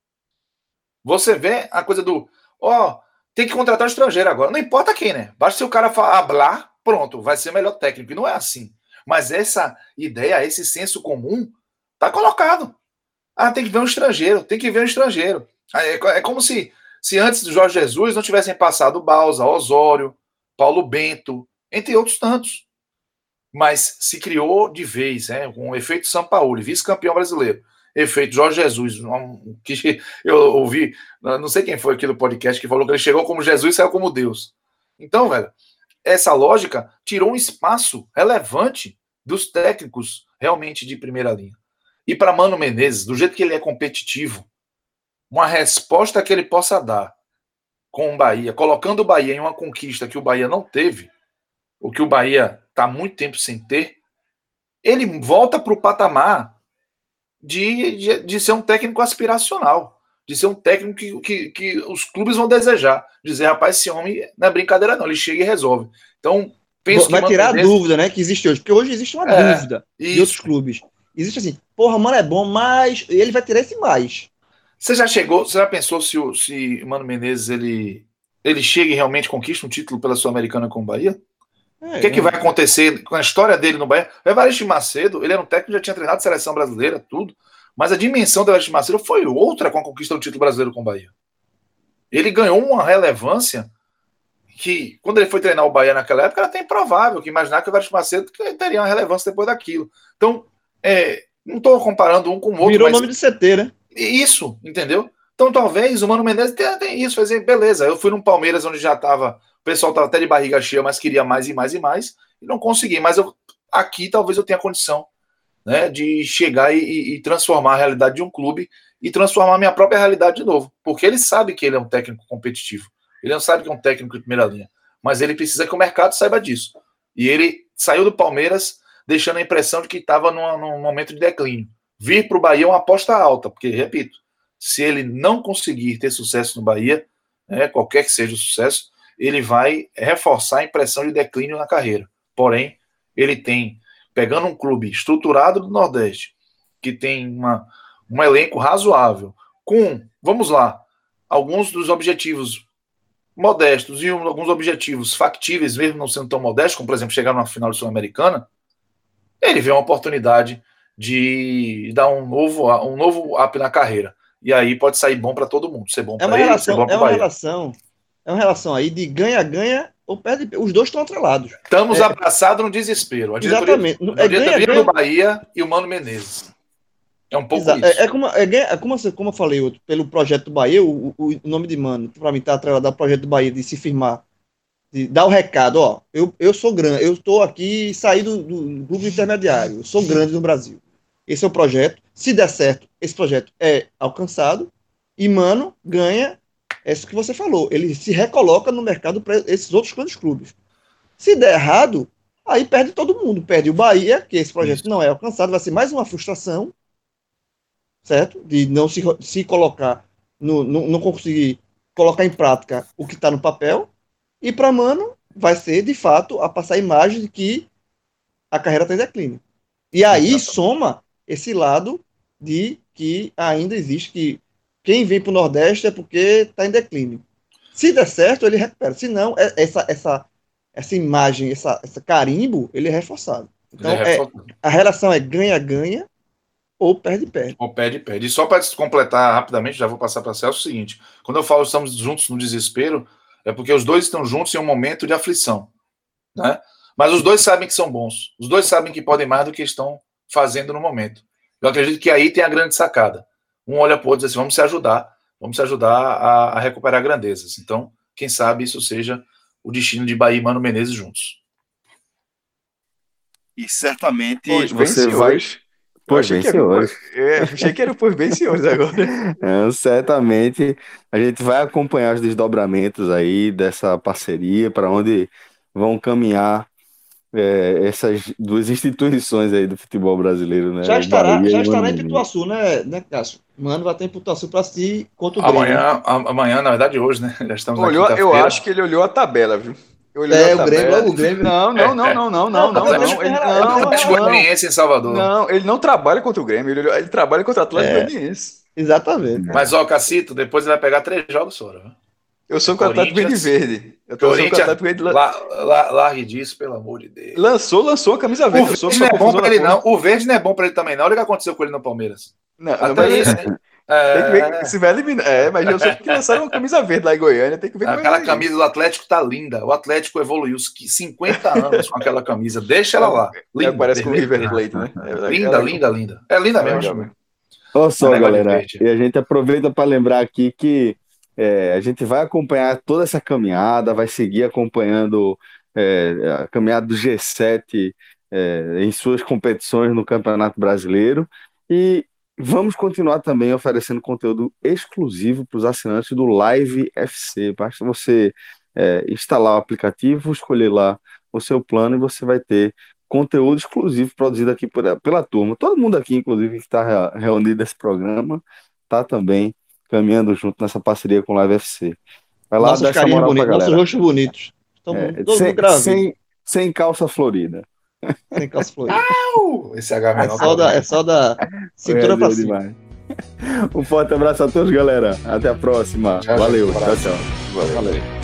B: Você vê a coisa do, tem que contratar um estrangeiro agora. Não importa quem, né? Basta se o cara falar, pronto, vai ser o melhor técnico. E não é assim. Mas essa ideia, esse senso comum, tá colocado. Tem que ver um estrangeiro, tem que ver um estrangeiro. É como se antes do Jorge Jesus não tivessem passado Balsa, Osório, Paulo Bento, entre outros tantos. Mas se criou de vez, com o efeito Sampaoli, vice-campeão brasileiro. Efeito Jorge Jesus, que eu ouvi, não sei quem foi aqui do podcast que falou que ele chegou como Jesus e saiu como Deus. Então, velho, essa lógica tirou um espaço relevante dos técnicos realmente de primeira linha. E para Mano Menezes, do jeito que ele é competitivo, uma resposta que ele possa dar com o Bahia, colocando o Bahia em uma conquista que o Bahia não teve, o que o Bahia está há muito tempo sem ter, ele volta para o patamar de ser um técnico aspiracional, de ser um técnico que os clubes vão desejar. Dizer, rapaz, esse homem não é brincadeira não, ele chega e resolve. Então, penso
D: vai tirar a dúvida, né, que existe hoje, porque hoje existe uma dúvida de outros clubes. Existe assim, Mano é bom, mas ele vai tirar esse mais.
B: Você já pensou se o Mano Menezes ele chega e realmente conquista um título pela Sul-Americana com o Bahia? O que vai acontecer com a história dele no Bahia? O Evaristo Macedo, ele era um técnico que já tinha treinado a seleção brasileira, tudo, mas a dimensão do Evaristo Macedo foi outra com a conquista do título brasileiro com o Bahia. Ele ganhou uma relevância que, quando ele foi treinar o Bahia naquela época, era até improvável que imaginar que o Evaristo Macedo teria uma relevância depois daquilo. Então, não estou comparando um com o outro.
D: Virou nome de CT, né?
B: Isso, entendeu? Então, talvez o Mano Menezes tenha isso, fazer, beleza, eu fui num Palmeiras onde já estava, o pessoal estava até de barriga cheia, mas queria mais e mais e mais, e não consegui, mas aqui talvez eu tenha condição, né, de chegar e transformar a realidade de um clube e transformar a minha própria realidade de novo, porque ele sabe que ele é um técnico competitivo, ele não sabe que é um técnico de primeira linha, mas ele precisa que o mercado saiba disso, e ele saiu do Palmeiras deixando a impressão de que estava num momento de declínio. Vir para o Bahia é uma aposta alta, porque, repito, se ele não conseguir ter sucesso no Bahia, qualquer que seja o sucesso, ele vai reforçar a impressão de declínio na carreira. Porém, ele tem, pegando um clube estruturado do Nordeste, que tem um elenco razoável, com, vamos lá, alguns dos objetivos modestos e alguns objetivos factíveis, mesmo não sendo tão modestos, como, por exemplo, chegar numa final de Sul-Americana, ele vê uma oportunidade de dar um novo up na carreira. E aí pode sair bom para todo mundo. Ser bom para ele, ser bom para o Bahia.
D: É uma relação aí de ganha-ganha ou perde. Os dois estão atrelados.
B: Estamos abraçados no desespero. A diretoria,
D: exatamente.
B: Diretoria do Bahia e o Mano Menezes. É um pouco isso.
D: Como eu falei, pelo projeto do Bahia, o nome de Mano, para mim, está atrelado ao projeto do Bahia de se firmar, de dar o recado, eu sou grande, eu estou aqui, saí do grupo intermediário, eu sou grande no Brasil. Esse é o projeto. Se der certo, esse projeto é alcançado e Mano ganha isso que você falou. Ele se recoloca no mercado para esses outros grandes clubes. Se der errado, aí perde todo mundo. Perde o Bahia, que esse projeto não é alcançado, vai ser mais uma frustração, certo? De não se colocar, não conseguir colocar em prática o que está no papel. E para Mano vai ser, de fato, a passar a imagem de que a carreira está em declínio. E aí soma esse lado de que ainda existe que quem vem para o Nordeste é porque está em declínio. Se der certo, ele recupera. Se não, essa imagem, essa carimbo, ele é reforçado. Então, a relação é ganha-ganha ou perde-perde.
B: Ou perde-perde. E só para completar rapidamente, já vou passar para Celso, o seguinte: quando eu falo estamos juntos no desespero, é porque os dois estão juntos em um momento de aflição, né? Mas os dois sabem que são bons. Os dois sabem que podem mais do que estão fazendo no momento. Eu acredito que aí tem a grande sacada. Um olha para o outro e diz assim, vamos se ajudar a recuperar grandezas. Então, quem sabe isso seja o destino de Bahia e Mano Menezes juntos.
A: E certamente
C: Pois
A: você
C: bem,
A: vai...
C: Pois bem, senhores. Achei que era pois bem, senhores, agora.
A: Certamente a gente vai acompanhar os desdobramentos aí dessa parceria, para onde vão caminhar essas duas instituições aí do futebol brasileiro, né?
D: Já
A: O Bahia e o
D: estará
A: Mano
D: em
A: Menezes.
D: Pituaçu, né, Cássio? Mano vai ter em Pituaçu para assistir contra o Grêmio.
B: Amanhã, na verdade, hoje, né? Já estamos na
C: Eu
B: quinta-feira.
C: acho que ele olhou a tabela, viu?
D: O Grêmio, logo o Grêmio.
C: Não.
B: Atlético Goianiense em Salvador.
C: Não, ele não trabalha contra o Grêmio, ele trabalha contra o Atlético Goianiense.
D: Exatamente.
B: Mas, Cacito, depois ele vai pegar 3 jogos fora. Viu?
C: Eu sou com o Atlético Verde. Eu tô com o Atlético Verde.
B: Largue disso, pelo amor de Deus.
C: Lançou a camisa verde.
B: O verde não é bom pra ele, não. O verde não é bom pra ele também, não. Olha o que aconteceu com ele no Palmeiras.
C: Não,
B: até isso, né?
C: Tem que ver se vai eliminar. Mas eu sei que lançaram uma camisa verde lá em Goiânia. Tem que ver
B: aquela camisa do Atlético tá linda. O Atlético evoluiu 50 anos com aquela camisa. Deixa ela lá.
C: Linda, parece com o River Plate, né?
B: Linda. É linda mesmo.
A: Olha só, galera. E a gente aproveita para lembrar aqui que a gente vai acompanhar toda essa caminhada, vai seguir acompanhando a caminhada do G7 em suas competições no Campeonato Brasileiro. E vamos continuar também oferecendo conteúdo exclusivo para os assinantes do Live FC. Basta você instalar o aplicativo, escolher lá o seu plano e você vai ter conteúdo exclusivo produzido aqui pela turma. Todo mundo aqui, inclusive, que está reunido nesse programa, está também caminhando junto nessa parceria com o Live FC. Vai lá,
D: nossos carinhos bonitos, nossos rostos bonitos. Todo mundo gravando.
A: Sem calça florida.
D: Sem calça florida.
B: Esse H
D: é só da cintura pra cima.
A: Demais. Um forte abraço a todos, galera. Até a próxima. Valeu. Tchau.
B: Valeu.